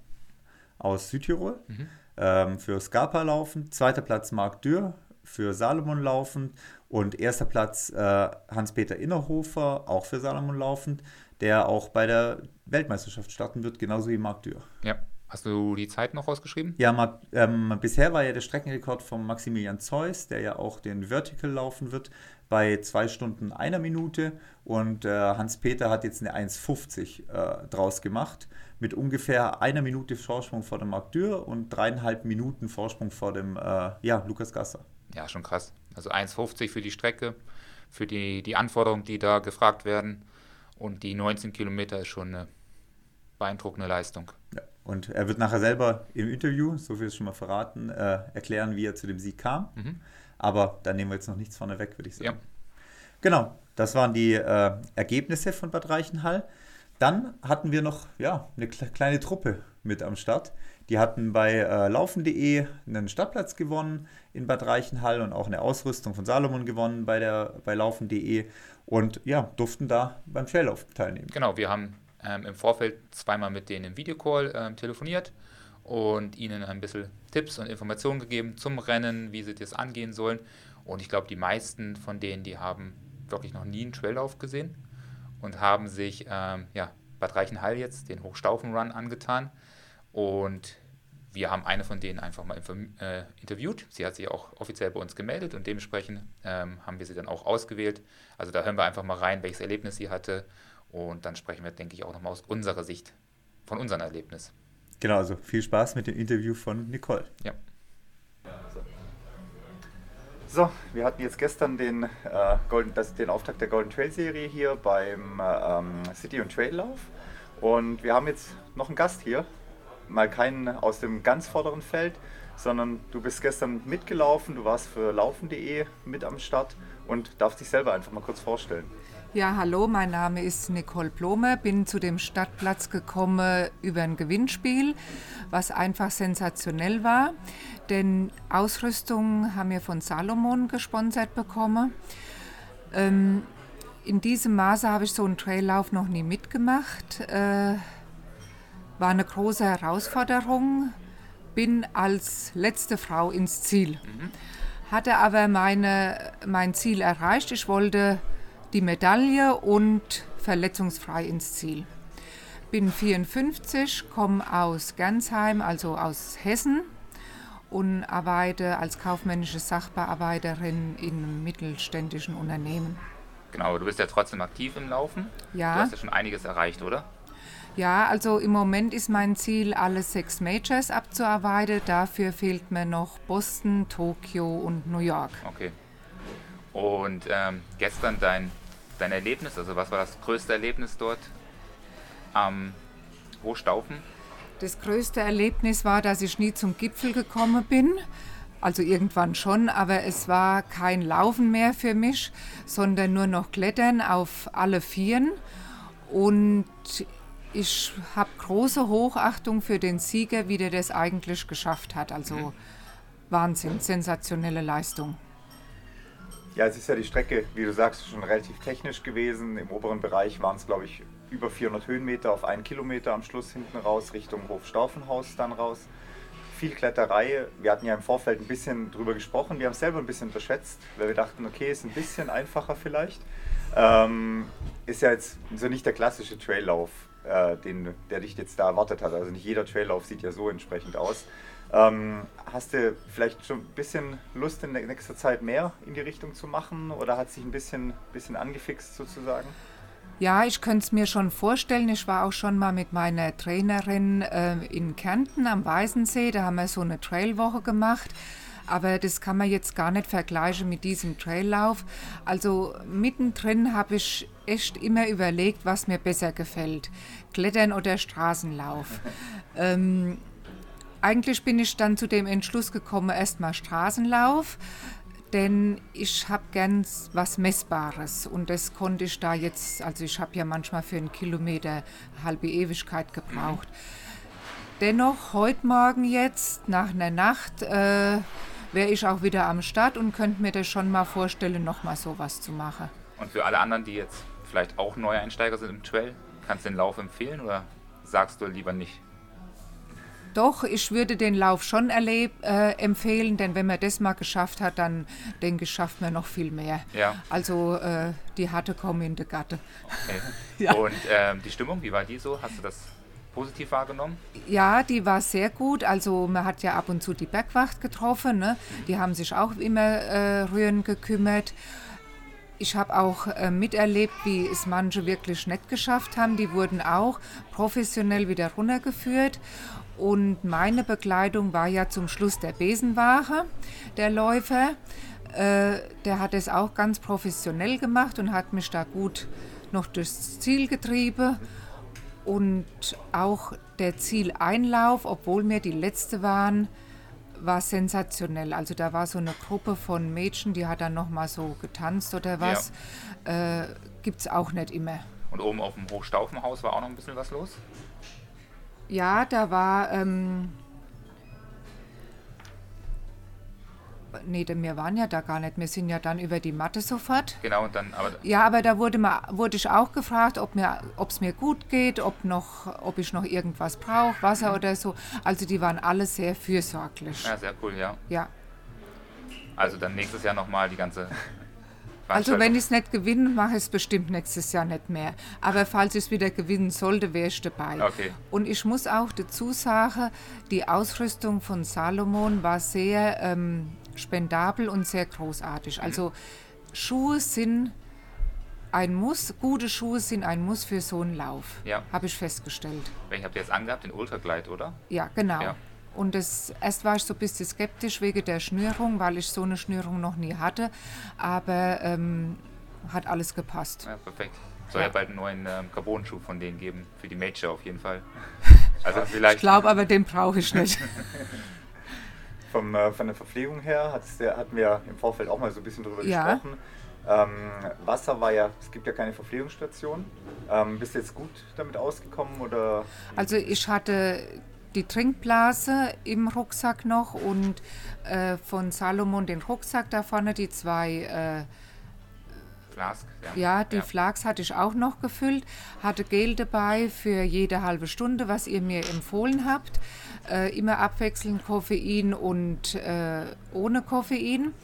Speaker 1: aus Südtirol, mhm. ähm, für Scarpa laufen. Zweiter Platz Marc Dürr für Salomon laufend. Und erster Platz äh, Hans-Peter Innerhofer, auch für Salomon laufend, der auch bei der Weltmeisterschaft starten wird, genauso wie Marc Dürr.
Speaker 2: Ja. Hast du die Zeit noch rausgeschrieben?
Speaker 1: Ja, Marc, ähm, bisher war ja der Streckenrekord von Maximilian Zeus, der ja auch den Vertical laufen wird, bei zwei Stunden einer Minute. Und äh, Hans-Peter hat jetzt eine eins fünfzig äh, draus gemacht, mit ungefähr einer Minute Vorsprung vor dem Marc Dürr und dreieinhalb Minuten Vorsprung vor dem äh, ja, Lukas Gasser.
Speaker 2: Ja, schon krass. Also eins fünfzig für die Strecke, für die, die Anforderungen, die da gefragt werden. Und die neunzehn Kilometer ist schon eine beeindruckende Leistung.
Speaker 1: Ja. Und er wird nachher selber im Interview, so viel ist schon mal verraten, äh, erklären, wie er zu dem Sieg kam. Mhm. Aber da nehmen wir jetzt noch nichts vorne weg, würde ich sagen. Ja. Genau, das waren die äh, Ergebnisse von Bad Reichenhall. Dann hatten wir noch ja, eine kleine Truppe mit am Start. Die hatten bei äh, laufen punkt de einen Startplatz gewonnen in Bad Reichenhall und auch eine Ausrüstung von Salomon gewonnen bei, der, bei laufen punkt de und ja, durften da beim Schnelllauf teilnehmen.
Speaker 2: Genau, wir haben ähm, im Vorfeld zweimal mit denen im Videocall ähm, telefoniert und ihnen ein bisschen Tipps und Informationen gegeben zum Rennen, wie sie das angehen sollen. Und ich glaube, die meisten von denen, die haben wirklich noch nie einen Traillauf gesehen und haben sich ähm, ja, Bad Reichenhall jetzt den Hochstaufen-Run angetan. Und wir haben eine von denen einfach mal inform- äh, interviewt. Sie hat sich auch offiziell bei uns gemeldet und dementsprechend ähm, haben wir sie dann auch ausgewählt. Also da hören wir einfach mal rein, welches Erlebnis sie hatte. Und dann sprechen wir, denke ich, auch nochmal aus unserer Sicht von unserem Erlebnis.
Speaker 1: Genau, also viel Spaß mit dem Interview von Nicole.
Speaker 2: Ja.
Speaker 1: So, wir hatten jetzt gestern den, äh, Golden, das, den Auftakt der Golden Trail Serie hier beim ähm, City- und Traillauf. Und wir haben jetzt noch einen Gast hier. Mal keinen aus dem ganz vorderen Feld, sondern du bist gestern mitgelaufen, du warst für laufen punkt de mit am Start und darfst dich selber einfach mal kurz vorstellen.
Speaker 3: Ja, hallo, mein Name ist Nicole Blome, bin zu dem Startplatz gekommen über ein Gewinnspiel, was einfach sensationell war, denn Ausrüstung haben wir von Salomon gesponsert bekommen. Ähm, in diesem Maße habe ich so einen Traillauf noch nie mitgemacht. Äh, War eine große Herausforderung, bin als letzte Frau ins Ziel. Mhm. Hatte aber meine, mein Ziel erreicht. Ich wollte die Medaille und verletzungsfrei ins Ziel. Bin vierundfünfzig, komme aus Gernsheim, also aus Hessen und arbeite als kaufmännische Sachbearbeiterin in einem mittelständischen Unternehmen.
Speaker 2: Genau, du bist ja trotzdem aktiv im Laufen.
Speaker 3: Ja.
Speaker 2: Du hast ja schon einiges erreicht, oder?
Speaker 3: Ja, also im Moment ist mein Ziel, alle sechs Majors abzuarbeiten. Dafür fehlt mir noch Boston, Tokio und New York.
Speaker 2: Okay. Und ähm, gestern dein, dein Erlebnis, also was war das größte Erlebnis dort am Hochstaufen?
Speaker 3: Das größte Erlebnis war, dass ich nie zum Gipfel gekommen bin. Also irgendwann schon, aber es war kein Laufen mehr für mich, sondern nur noch Klettern auf alle Vieren. Und ich habe große Hochachtung für den Sieger, wie der das eigentlich geschafft hat. Also mhm. Wahnsinn, sensationelle Leistung.
Speaker 1: Ja, es ist ja die Strecke, wie du sagst, schon relativ technisch gewesen. Im oberen Bereich waren es, glaube ich, über vierhundert Höhenmeter auf einen Kilometer am Schluss hinten raus, Richtung Hofstaufenhaus dann raus. viel Kletterei. Wir hatten ja im Vorfeld ein bisschen drüber gesprochen. Wir haben es selber ein bisschen unterschätzt, weil wir dachten, okay, ist ein bisschen einfacher vielleicht. Ähm, ist ja jetzt so nicht der klassische Traillauf, äh, den, der dich jetzt da erwartet hat. Also nicht jeder Traillauf sieht ja so entsprechend aus. Ähm, hast du vielleicht schon ein bisschen Lust in nächster Zeit mehr in die Richtung zu machen oder hat sich ein bisschen, bisschen angefixt sozusagen?
Speaker 3: Ja, ich könnte es mir schon vorstellen. Ich war auch schon mal mit meiner Trainerin äh, in Kärnten am Weißensee. Da haben wir so eine Trailwoche gemacht. Aber das kann man jetzt gar nicht vergleichen mit diesem Traillauf. Also mittendrin habe ich echt immer überlegt, was mir besser gefällt. Klettern oder Straßenlauf. ähm, eigentlich bin ich dann zu dem Entschluss gekommen, erstmal Straßenlauf. Denn ich habe gern was Messbares und das konnte ich da jetzt, also ich habe ja manchmal für einen Kilometer eine halbe Ewigkeit gebraucht. Dennoch, heute Morgen jetzt, nach einer Nacht, äh, wäre ich auch wieder am Start und könnte mir das schon mal vorstellen, nochmal sowas zu machen.
Speaker 2: Und für alle anderen, die jetzt vielleicht auch neue Einsteiger sind im Trail, kannst du den Lauf empfehlen oder sagst du lieber nicht?
Speaker 3: Doch, ich würde den Lauf schon erleb, äh, empfehlen, denn wenn man das mal geschafft hat, dann denke ich, schafft man noch viel mehr.
Speaker 2: Ja.
Speaker 3: Also äh, die Hatte kommen in die Gatte.
Speaker 2: Okay.
Speaker 3: Ja.
Speaker 2: Und ähm, die Stimmung, wie war die so? Hast du das positiv wahrgenommen?
Speaker 3: Ja, die war sehr gut. Also man hat ja ab und zu die Bergwacht getroffen, ne? Die haben sich auch immer äh, rührend gekümmert. Ich habe auch äh, miterlebt, wie es manche wirklich nicht geschafft haben. Die wurden auch professionell wieder runtergeführt. Und meine Begleitung war ja zum Schluss der Besenwache, der Läufer. Äh, der hat es auch ganz professionell gemacht und hat mich da gut noch durchs Ziel getrieben. Und auch der Zieleinlauf, obwohl wir die Letzte waren, war sensationell. Also da war so eine Gruppe von Mädchen, die hat dann nochmal so getanzt oder was. Ja. Äh, gibt's auch nicht immer.
Speaker 2: Und oben auf dem Hochstaufenhaus war auch noch ein bisschen was los?
Speaker 3: Ja, da war, ähm, nee, wir waren ja da gar nicht, wir sind ja dann über die Matte sofort.
Speaker 2: Genau, und dann, aber...
Speaker 3: Ja, aber da wurde, mal, wurde ich auch gefragt, ob es mir gut geht, ob, noch, ob ich noch irgendwas brauche, Wasser mhm. oder so. Also die waren alle sehr fürsorglich.
Speaker 2: Ja, sehr cool, ja.
Speaker 3: Ja.
Speaker 2: Also dann nächstes Jahr nochmal die ganze...
Speaker 3: Also wenn ich es nicht gewinne, mache ich es bestimmt nächstes Jahr nicht mehr. Aber falls ich es wieder gewinnen sollte, wäre ich dabei.
Speaker 2: Okay.
Speaker 3: Und ich muss auch dazu sagen, die Ausrüstung von Salomon war sehr ähm, spendabel und sehr großartig. Mhm. Also Schuhe sind ein Muss, gute Schuhe sind ein Muss für so einen Lauf,
Speaker 2: ja.
Speaker 3: Habe ich festgestellt.
Speaker 2: Welchen habt ihr jetzt angehabt? Den Ultraglide, oder?
Speaker 3: Ja, genau.
Speaker 2: Ja.
Speaker 3: Und das, erst war ich so ein bisschen skeptisch wegen der Schnürung, weil ich so eine Schnürung noch nie hatte. Aber ähm, hat alles gepasst.
Speaker 2: Ja, perfekt. Soll ja, ja bald einen neuen ähm, Carbon-Schuh von denen geben, für die Major auf jeden Fall. Also vielleicht.
Speaker 3: Ich glaube aber, den brauche ich nicht.
Speaker 1: Vom, äh, von der Verpflegung her der, hatten wir im Vorfeld auch mal so ein bisschen drüber
Speaker 3: ja.
Speaker 1: gesprochen. Ähm, Wasser war ja, es gibt ja keine Verpflegungsstation. Ähm, bist du jetzt gut damit ausgekommen? Oder?
Speaker 3: Also ich hatte die Trinkblase im Rucksack noch und äh, von Salomon den Rucksack da vorne, die zwei äh,
Speaker 2: Flask, ja.
Speaker 3: Ja, die ja. Flask hatte ich auch noch gefüllt, hatte Gel dabei für jede halbe Stunde, was ihr mir empfohlen habt. Äh, immer abwechselnd Koffein und äh, ohne Koffein.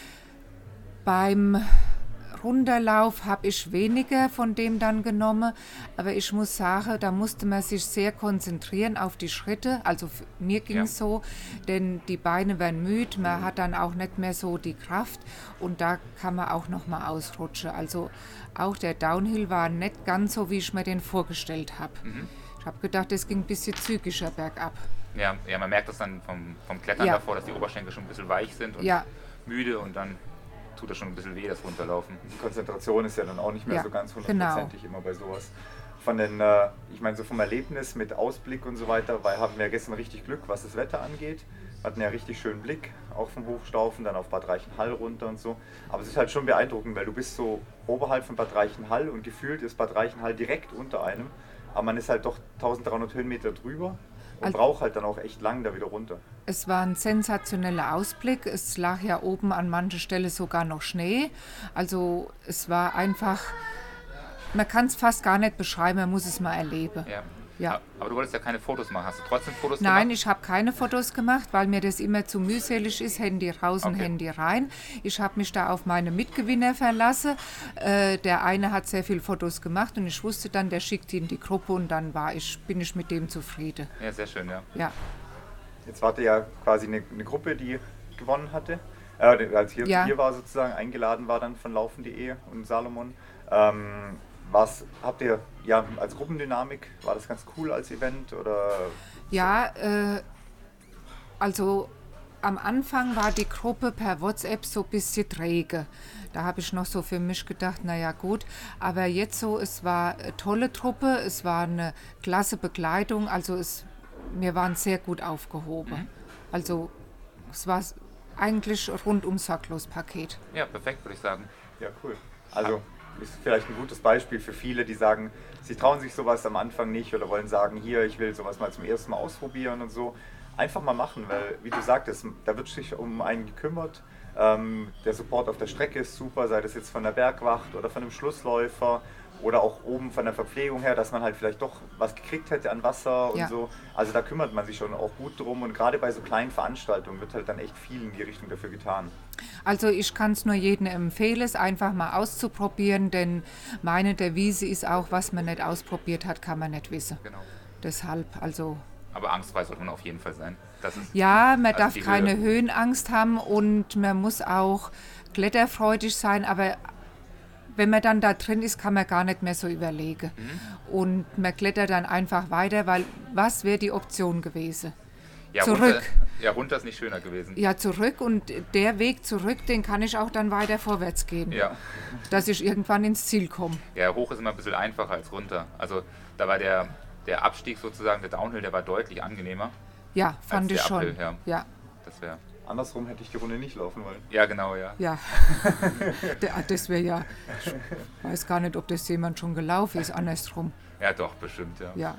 Speaker 3: Beim Runterlauf habe ich weniger von dem dann genommen, aber ich muss sagen, da musste man sich sehr konzentrieren auf die Schritte, also mir ging es ja. so, denn die Beine werden müde, man hat dann auch nicht mehr so die Kraft und da kann man auch noch mal ausrutschen. Also auch der Downhill war nicht ganz so, wie ich mir den vorgestellt habe. Mhm. Ich habe gedacht, es ging ein bisschen zügiger bergab.
Speaker 2: Ja, ja, man merkt das dann vom, vom Klettern
Speaker 3: ja.
Speaker 2: davor, dass die Oberschenkel schon ein bisschen weich sind und
Speaker 3: ja.
Speaker 2: müde und dann tut das schon ein bisschen weh, das Runterlaufen.
Speaker 1: Die Konzentration ist ja dann auch nicht mehr
Speaker 3: ja,
Speaker 1: so ganz hundertprozentig
Speaker 3: genau.
Speaker 1: immer bei sowas. Von den, äh, ich meine so vom Erlebnis mit Ausblick und so weiter, weil haben wir gestern richtig Glück, was das Wetter angeht. Wir hatten ja richtig schönen Blick, auch vom Hochstaufen, dann auf Bad Reichenhall runter und so. Aber es ist halt schon beeindruckend, weil du bist so oberhalb von Bad Reichenhall und gefühlt ist Bad Reichenhall direkt unter einem. Aber man ist halt doch dreizehnhundert Höhenmeter drüber. Und also braucht halt dann auch echt lang da wieder runter.
Speaker 3: Es war ein sensationeller Ausblick. Es lag ja oben an mancher Stelle sogar noch Schnee. Also es war einfach, man kann es fast gar nicht beschreiben, man muss es mal erleben.
Speaker 2: Ja.
Speaker 3: Ja.
Speaker 2: Aber du wolltest ja keine Fotos machen. Hast du trotzdem Fotos
Speaker 3: Nein,
Speaker 2: gemacht?
Speaker 3: ich habe keine Fotos gemacht, weil mir das immer zu mühselig ist, Handy raus und
Speaker 2: Okay.
Speaker 3: Handy rein. Ich habe mich da auf meine Mitgewinner verlassen. Äh, der eine hat sehr viele Fotos gemacht und ich wusste dann, der schickt die in die Gruppe und dann war ich, bin ich mit dem zufrieden.
Speaker 2: Ja, sehr schön, ja.
Speaker 3: Ja,
Speaker 1: Jetzt wart ihr ja quasi eine, eine Gruppe, die gewonnen hatte. Äh, als hier,
Speaker 3: Ja.
Speaker 1: hier war sozusagen eingeladen war dann von laufen punkt de und Salomon. Ähm, was habt ihr ja als Gruppendynamik? War das ganz cool als Event oder?
Speaker 3: ja äh, also am Anfang war die Gruppe per WhatsApp so ein bisschen träge. Da habe ich noch so für mich gedacht, naja gut, aber jetzt so, es war eine tolle Truppe, es war eine klasse Begleitung, also es, wir waren sehr gut aufgehoben.
Speaker 2: Mhm.
Speaker 3: Also es war eigentlich rundum sorglos Paket.
Speaker 2: Ja, perfekt, würde ich sagen.
Speaker 1: Ja, cool. Also ist vielleicht ein gutes Beispiel für viele, die sagen, sie trauen sich sowas am Anfang nicht oder wollen sagen, hier, ich will sowas mal zum ersten Mal ausprobieren und so. Einfach mal machen, weil, wie du sagtest, da wird sich um einen gekümmert. Ähm, der Support auf der Strecke ist super, sei das jetzt von der Bergwacht oder von einem Schlussläufer oder auch oben von der Verpflegung her, dass man halt vielleicht doch was gekriegt hätte an Wasser und
Speaker 3: Ja.
Speaker 1: so. Also da kümmert man sich schon auch gut drum und gerade bei so kleinen Veranstaltungen wird halt dann echt viel in die Richtung dafür getan.
Speaker 3: Also ich kann es nur jedem empfehlen, es einfach mal auszuprobieren, denn meine Devise ist auch, was man nicht ausprobiert hat, kann man nicht wissen.
Speaker 2: Genau.
Speaker 3: Deshalb, also
Speaker 2: Aber angstfrei sollte man auf jeden Fall sein. Das ist
Speaker 3: ja, man
Speaker 2: also
Speaker 3: darf
Speaker 2: die
Speaker 3: keine
Speaker 2: Höhe.
Speaker 3: Höhenangst haben und man muss auch kletterfreudig sein, aber wenn man dann da drin ist, kann man gar nicht mehr so überlegen.
Speaker 2: Mhm.
Speaker 3: Und man klettert dann einfach weiter, weil was wäre die Option gewesen?
Speaker 2: Ja,
Speaker 3: Zurück.
Speaker 2: Runter, ja, runter ist nicht schöner gewesen.
Speaker 3: Ja, zurück und der Weg zurück, den kann ich auch dann weiter vorwärts gehen,
Speaker 2: Ja.
Speaker 3: dass ich irgendwann ins Ziel komme.
Speaker 2: Ja, hoch ist immer ein bisschen einfacher als runter. Also da war der, der Abstieg sozusagen, der Downhill, der war deutlich angenehmer.
Speaker 3: Ja, fand
Speaker 2: der
Speaker 3: ich schon.
Speaker 2: Uphill, ja.
Speaker 3: Ja,
Speaker 2: Das wäre.
Speaker 1: Andersrum hätte ich die Runde nicht laufen wollen.
Speaker 2: Ja, genau, ja.
Speaker 3: ja. Der- Das wäre ja, ich weiß gar nicht, ob das jemand schon gelaufen ist, andersrum.
Speaker 2: Ja, doch, bestimmt, ja.
Speaker 3: Ja,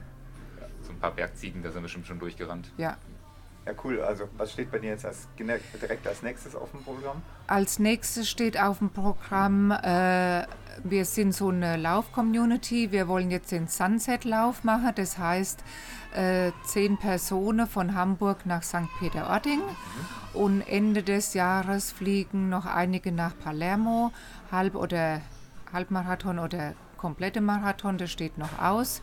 Speaker 2: So ein paar Bergziegen, da sind wir bestimmt schon durchgerannt.
Speaker 3: ja.
Speaker 1: Ja, cool. Also, was steht bei dir jetzt als, gene- direkt als nächstes auf dem Programm?
Speaker 3: Als nächstes steht auf dem Programm, äh, wir sind so eine Lauf-Community. Wir wollen jetzt den Sunset-Lauf machen. Das heißt, äh, zehn Personen von Hamburg nach Sankt Peter-Ording. Und Ende des Jahres fliegen noch einige nach Palermo. Halb- oder Halbmarathon oder komplette Marathon, das steht noch aus.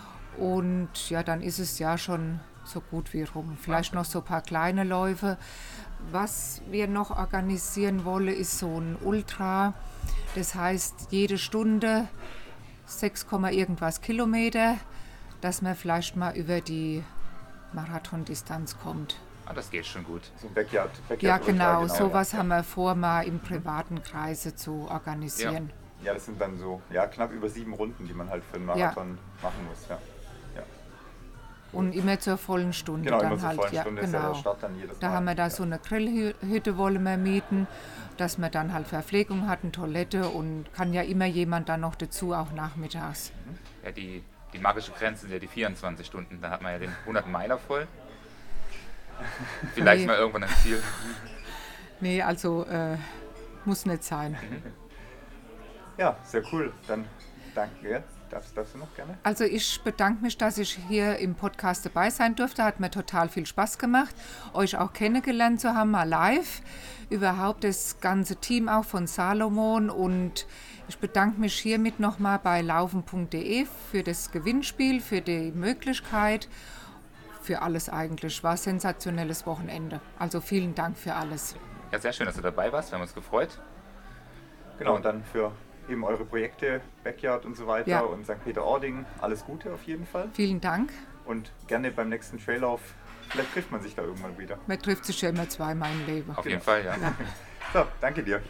Speaker 3: Und ja, dann ist es ja schon so gut wie rum. Vielleicht noch so ein paar kleine Läufe. Was wir noch organisieren wollen, ist so ein Ultra. Das heißt, jede Stunde sechs, irgendwas Kilometer, dass man vielleicht mal über die Marathondistanz kommt.
Speaker 2: Ah, das geht schon gut.
Speaker 1: So ein Backyard. Backyard
Speaker 3: Ja,
Speaker 1: Ultra,
Speaker 3: genau,
Speaker 1: ja.
Speaker 3: sowas haben wir vor, mal im privaten Kreise zu organisieren.
Speaker 1: Ja, das sind dann so ja, knapp über sieben Runden, die man halt für einen Marathon machen muss. Ja. Ja.
Speaker 3: Und immer zur vollen Stunde
Speaker 1: Genau,
Speaker 3: dann
Speaker 1: immer zur
Speaker 3: halt.
Speaker 1: vollen
Speaker 3: ja,
Speaker 1: Stunde ist ja
Speaker 3: genau.
Speaker 1: der Start dann jedes
Speaker 3: Da
Speaker 1: Mal.
Speaker 3: haben wir da
Speaker 1: Ja.
Speaker 3: so eine Grillhütte wollen wir mieten, dass man dann halt Verpflegung hat, eine Toilette und kann ja immer jemand dann noch dazu, auch nachmittags.
Speaker 2: Ja, die, die magische Grenze sind ja die vierundzwanzig Stunden. Da hat man ja den hundert Meiler voll. Vielleicht
Speaker 3: Nee.
Speaker 2: mal irgendwann ein Ziel.
Speaker 3: Nee, also äh, muss nicht sein.
Speaker 1: Ja, sehr cool. Dann danke. Ja, darfst, darfst du noch gerne?
Speaker 3: Also ich bedanke mich, dass ich hier im Podcast dabei sein durfte. Hat mir total viel Spaß gemacht, euch auch kennengelernt zu haben, mal live. Überhaupt das ganze Team auch von Salomon. Und ich bedanke mich hiermit nochmal bei laufen punkt de für das Gewinnspiel, für die Möglichkeit, für alles eigentlich. War ein sensationelles Wochenende. Also vielen Dank für alles.
Speaker 2: Ja, sehr schön, dass du dabei warst. Wir haben uns gefreut.
Speaker 1: Genau, und dann für eben eure Projekte, Backyard und so weiter
Speaker 3: Ja.
Speaker 1: und Sankt Peter-Ording, alles Gute auf jeden Fall.
Speaker 3: Vielen Dank.
Speaker 1: Und gerne beim nächsten Traillauf, vielleicht trifft man sich da irgendwann wieder.
Speaker 3: Man trifft sich ja immer zweimal im Leben.
Speaker 2: Auf jeden Fall, ja.
Speaker 1: So, danke dir.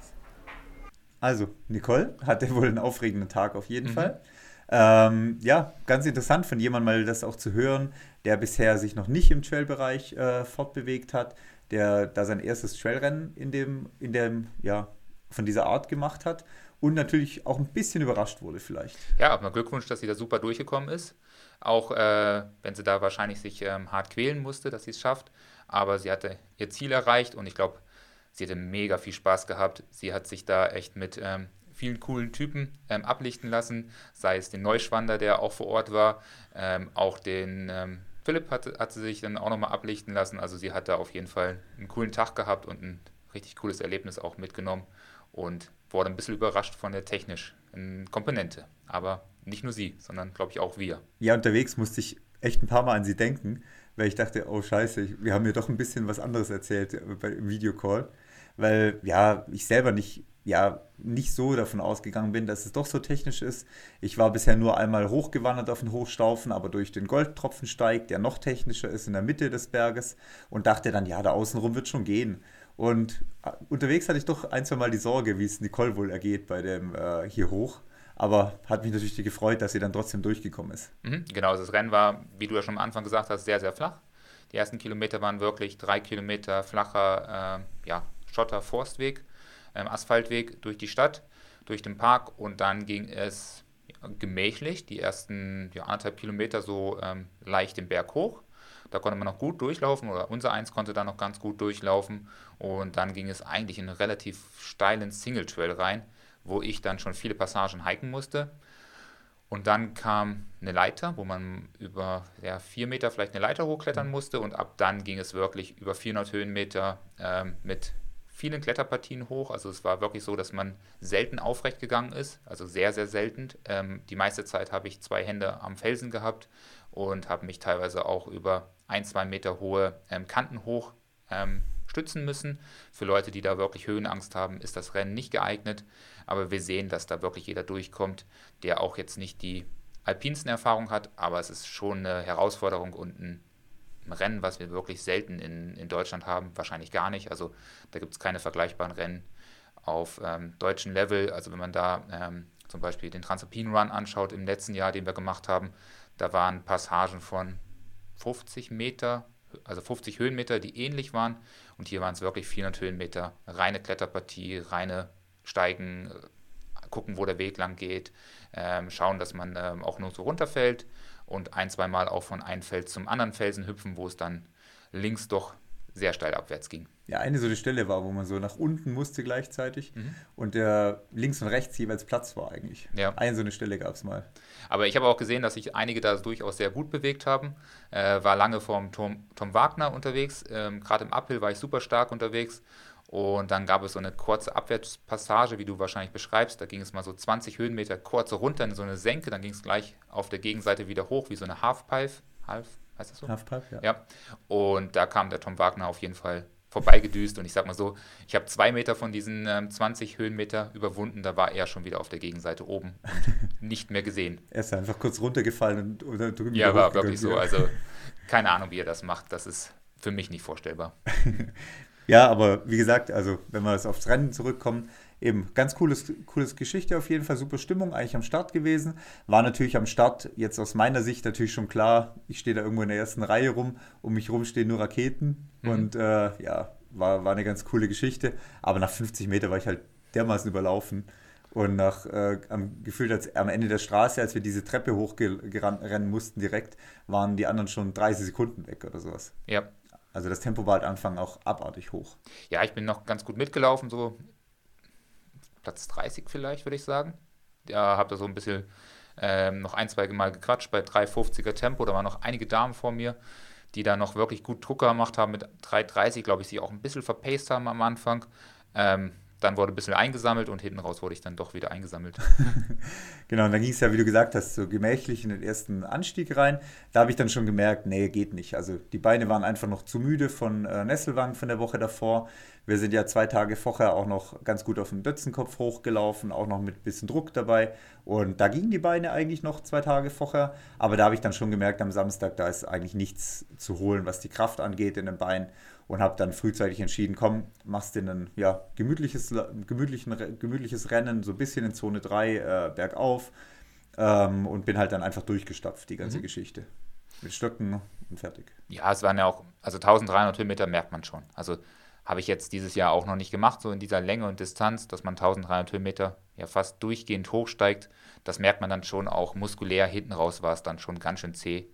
Speaker 1: Also, Nicole hatte wohl einen aufregenden Tag auf jeden
Speaker 2: Mhm.
Speaker 1: Fall. Ähm, ja, ganz interessant von jemandem mal das auch zu hören, der bisher sich noch nicht im Trailbereich äh, fortbewegt hat, der da sein erstes Trailrennen in dem, in dem, ja, von dieser Art gemacht hat und natürlich auch ein bisschen überrascht wurde vielleicht.
Speaker 2: Ja, aber Glückwunsch, dass sie da super durchgekommen ist. Auch äh, wenn sie da wahrscheinlich sich ähm, hart quälen musste, dass sie es schafft. Aber sie hatte ihr Ziel erreicht und ich glaube, sie hatte mega viel Spaß gehabt. Sie hat sich da echt mit ähm, vielen coolen Typen ähm, ablichten lassen, sei es den Neuschwander, der auch vor Ort war, ähm, auch den ähm, Philipp hat, hat sie sich dann auch nochmal ablichten lassen. Also sie hat da auf jeden Fall einen coolen Tag gehabt und ein richtig cooles Erlebnis auch mitgenommen und wurde ein bisschen überrascht von der technischen Komponente. Aber nicht nur sie, sondern glaube ich auch wir.
Speaker 1: Ja, unterwegs musste ich echt ein paar Mal an sie denken, weil ich dachte, oh scheiße, ich, wir haben mir doch ein bisschen was anderes erzählt bei, im Videocall, weil ja, ich selber nicht, ja, nicht so davon ausgegangen bin, dass es doch so technisch ist. Ich war bisher nur einmal hochgewandert auf den Hochstaufen, aber durch den Goldtropfensteig, der noch technischer ist in der Mitte des Berges und dachte dann, ja, da außenrum wird schon gehen. Und äh, unterwegs hatte ich doch ein, zwei Mal die Sorge, wie es Nicole wohl ergeht bei dem äh, hier hoch. Aber hat mich natürlich gefreut, dass sie dann trotzdem durchgekommen ist.
Speaker 2: Mhm, genau, also das Rennen war, wie du ja schon am Anfang gesagt hast, sehr, sehr flach. Die ersten Kilometer waren wirklich drei Kilometer flacher äh, ja, Schotter-Forstweg, ähm, Asphaltweg durch die Stadt, durch den Park und dann ging es gemächlich, die ersten ja, anderthalb Kilometer so ähm, leicht den Berg hoch. Da konnte man noch gut durchlaufen oder unser Eins konnte da noch ganz gut durchlaufen und dann ging es eigentlich in einen relativ steilen Single-Trail rein, wo ich dann schon viele Passagen hiken musste. Und dann kam eine Leiter, wo man über ja, vier Meter vielleicht eine Leiter hochklettern musste und ab dann ging es wirklich über vierhundert Höhenmeter ähm, mit vielen Kletterpartien hoch. Also es war wirklich so, dass man selten aufrecht gegangen ist, also sehr, sehr selten. Ähm, die meiste Zeit habe ich zwei Hände am Felsen gehabt und habe mich teilweise auch über ein, zwei Meter hohe ähm, Kanten hoch ähm, stützen müssen. Für Leute, die da wirklich Höhenangst haben, ist das Rennen nicht geeignet. Aber wir sehen, dass da wirklich jeder durchkommt, der auch jetzt nicht die alpinsten Erfahrung hat. Aber es ist schon eine Herausforderung und ein Rennen, was wir wirklich selten in, in Deutschland haben. Wahrscheinlich gar nicht. Also da gibt es keine vergleichbaren Rennen auf ähm, deutschem Level. Also wenn man da ähm, zum Beispiel den Transalpine Run anschaut im letzten Jahr, den wir gemacht haben, da waren Passagen von fünfzig Meter, also fünfzig Höhenmeter, die ähnlich waren. Und hier waren es wirklich vierhundert Höhenmeter, reine Kletterpartie, reine Steigen, gucken, wo der Weg lang geht, ähm, schauen, dass man ähm, auch nur so runterfällt und ein, zwei Mal auch von einem Fels zum anderen Felsen hüpfen, wo es dann links doch sehr steil abwärts ging.
Speaker 1: Ja, eine so eine Stelle war, wo man so nach unten musste gleichzeitig
Speaker 2: Mhm.
Speaker 1: und der links und rechts jeweils Platz war eigentlich.
Speaker 2: Ja.
Speaker 1: Eine so eine Stelle gab es mal.
Speaker 2: Aber ich habe auch gesehen, dass sich einige da durchaus sehr gut bewegt haben. Äh, war lange vom Tom, Tom Wagner unterwegs. Ähm, Gerade im Uphill war ich super stark unterwegs. Und dann gab es so eine kurze Abwärtspassage, wie du wahrscheinlich beschreibst. Da ging es mal so zwanzig Höhenmeter kurz runter in so eine Senke. Dann ging es gleich auf der Gegenseite wieder hoch, wie so eine Halfpipe. Half, heißt das so?
Speaker 1: Halfpipe, ja.
Speaker 2: Ja. Und da kam der Tom Wagner auf jeden Fall vorbeigedüst. Und ich sag mal so, ich habe zwei Meter von diesen ähm, zwanzig Höhenmeter überwunden. Da war er schon wieder auf der Gegenseite oben und nicht mehr gesehen.
Speaker 1: Er ist einfach kurz runtergefallen und oder drüben
Speaker 2: Ja,
Speaker 1: wieder
Speaker 2: war
Speaker 1: hochgegangen
Speaker 2: wirklich so.
Speaker 1: wieder.
Speaker 2: Also keine Ahnung, wie er das macht. Das ist für mich nicht vorstellbar.
Speaker 1: Ja, aber wie gesagt, also wenn wir jetzt aufs Rennen zurückkommen, eben ganz cooles, cooles Geschichte auf jeden Fall, super Stimmung eigentlich am Start gewesen. War natürlich am Start jetzt aus meiner Sicht natürlich schon klar, ich stehe da irgendwo in der ersten Reihe rum, um mich rum stehen nur Raketen
Speaker 2: Mhm.
Speaker 1: und äh, ja, war, war eine ganz coole Geschichte. Aber nach fünfzig Meter war ich halt dermaßen überlaufen und nach äh, am, gefühlt als, am Ende der Straße, als wir diese Treppe hochrennen mussten direkt, waren die anderen schon dreißig Sekunden weg oder sowas.
Speaker 2: Ja.
Speaker 1: Also das Tempo war halt Anfang auch abartig hoch.
Speaker 2: Ja, ich bin noch ganz gut mitgelaufen, so Platz dreißig vielleicht, würde ich sagen. Ja, habe da so ein bisschen ähm, noch ein, zwei Mal gequatscht bei drei fünfziger Tempo. Da waren noch einige Damen vor mir, die da noch wirklich gut Druck gemacht haben mit drei dreißig, glaube ich, sie auch ein bisschen verpaced haben am Anfang. Ähm, dann wurde ein bisschen eingesammelt und hinten raus wurde ich dann doch wieder eingesammelt.
Speaker 1: Genau, und dann ging es ja, wie du gesagt hast, so gemächlich in den ersten Anstieg rein. Da habe ich dann schon gemerkt, nee, geht nicht. Also die Beine waren einfach noch zu müde von äh, Nesselwang von der Woche davor. Wir sind ja zwei Tage vorher auch noch ganz gut auf dem Dötzenkopf hochgelaufen, auch noch mit ein bisschen Druck dabei. Und da gingen die Beine eigentlich noch zwei Tage vorher. Aber da habe ich dann schon gemerkt am Samstag, da ist eigentlich nichts zu holen, was die Kraft angeht in den Beinen. Und habe dann frühzeitig entschieden, komm, machst dir ein ja, gemütliches, gemütlichen, gemütliches Rennen, so ein bisschen in Zone drei äh, bergauf ähm, und bin halt dann einfach durchgestapft, die ganze
Speaker 2: Mhm.
Speaker 1: Geschichte. Mit Stöcken und fertig.
Speaker 2: Ja, es waren ja auch, also dreizehnhundert Höhenmeter merkt man schon. Also habe ich jetzt dieses Jahr auch noch nicht gemacht, so in dieser Länge und Distanz, dass man dreizehnhundert Höhenmeter ja fast durchgehend hochsteigt. Das merkt man dann schon auch muskulär. Hinten raus war es dann schon ganz schön zäh.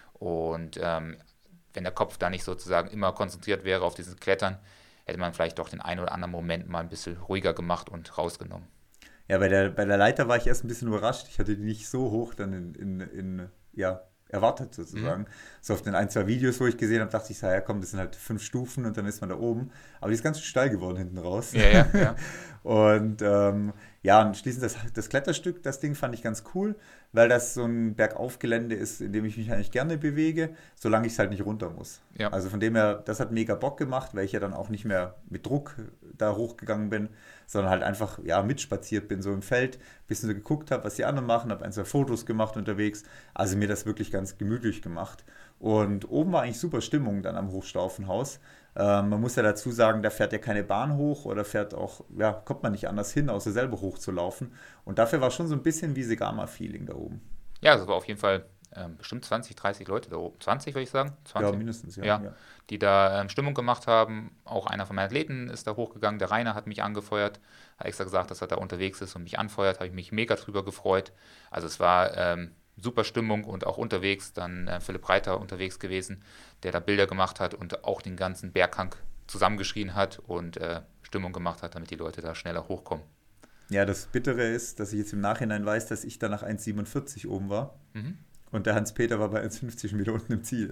Speaker 2: Und ähm, wenn der Kopf da nicht sozusagen immer konzentriert wäre auf dieses Klettern, hätte man vielleicht doch den einen oder anderen Moment mal ein bisschen ruhiger gemacht und rausgenommen.
Speaker 1: Ja, bei der, bei der Leiter war ich erst ein bisschen überrascht. Ich hatte die nicht so hoch dann in, in, in ja, erwartet sozusagen. Mhm. So auf den ein, zwei Videos, wo ich gesehen habe, dachte ich, so, ja komm, das sind halt fünf Stufen und dann ist man da oben. Aber die ist ganz schön steil geworden hinten raus.
Speaker 2: Ja, ja, ja.
Speaker 1: Und ähm, ja, und schließlich das, das Kletterstück, das Ding fand ich ganz cool, weil das so ein Bergaufgelände ist, in dem ich mich eigentlich gerne bewege, solange ich es halt nicht runter muss.
Speaker 2: Ja.
Speaker 1: Also von dem her, das hat mega Bock gemacht, weil ich ja dann auch nicht mehr mit Druck da hochgegangen bin, sondern halt einfach ja mitspaziert bin, so im Feld, ein bisschen so geguckt habe, was die anderen machen, habe ein, zwei Fotos gemacht unterwegs, also mir das wirklich ganz gemütlich gemacht. Und oben war eigentlich super Stimmung dann am Hochstaufenhaus. Ähm, man muss ja dazu sagen, da fährt ja keine Bahn hoch oder fährt auch, ja, kommt man nicht anders hin, außer selber hochzulaufen. Und dafür war schon so ein bisschen wie Segama-Feeling da oben.
Speaker 2: Ja, das war auf jeden Fall ähm, bestimmt zwanzig, dreißig Leute da oben. zwanzig würde ich sagen. zwanzig.
Speaker 1: Ja, mindestens, ja.
Speaker 2: ja,
Speaker 1: ja.
Speaker 2: Die da ähm, Stimmung gemacht haben. Auch einer von meinen Athleten ist da hochgegangen. Der Rainer hat mich angefeuert. Hat extra gesagt, dass er da unterwegs ist und mich anfeuert. Habe ich mich mega drüber gefreut. Also es war ähm, super Stimmung und auch unterwegs. Dann äh, Philipp Reiter unterwegs gewesen, der da Bilder gemacht hat und auch den ganzen Berghang zusammengeschrien hat und äh, Stimmung gemacht hat, damit die Leute da schneller hochkommen.
Speaker 1: Ja, das Bittere ist, dass ich jetzt im Nachhinein weiß, dass ich da nach eins Komma siebenundvierzig oben war. Mhm. Und der Hans-Peter war bei eins Komma fünfzig wieder unten im Ziel.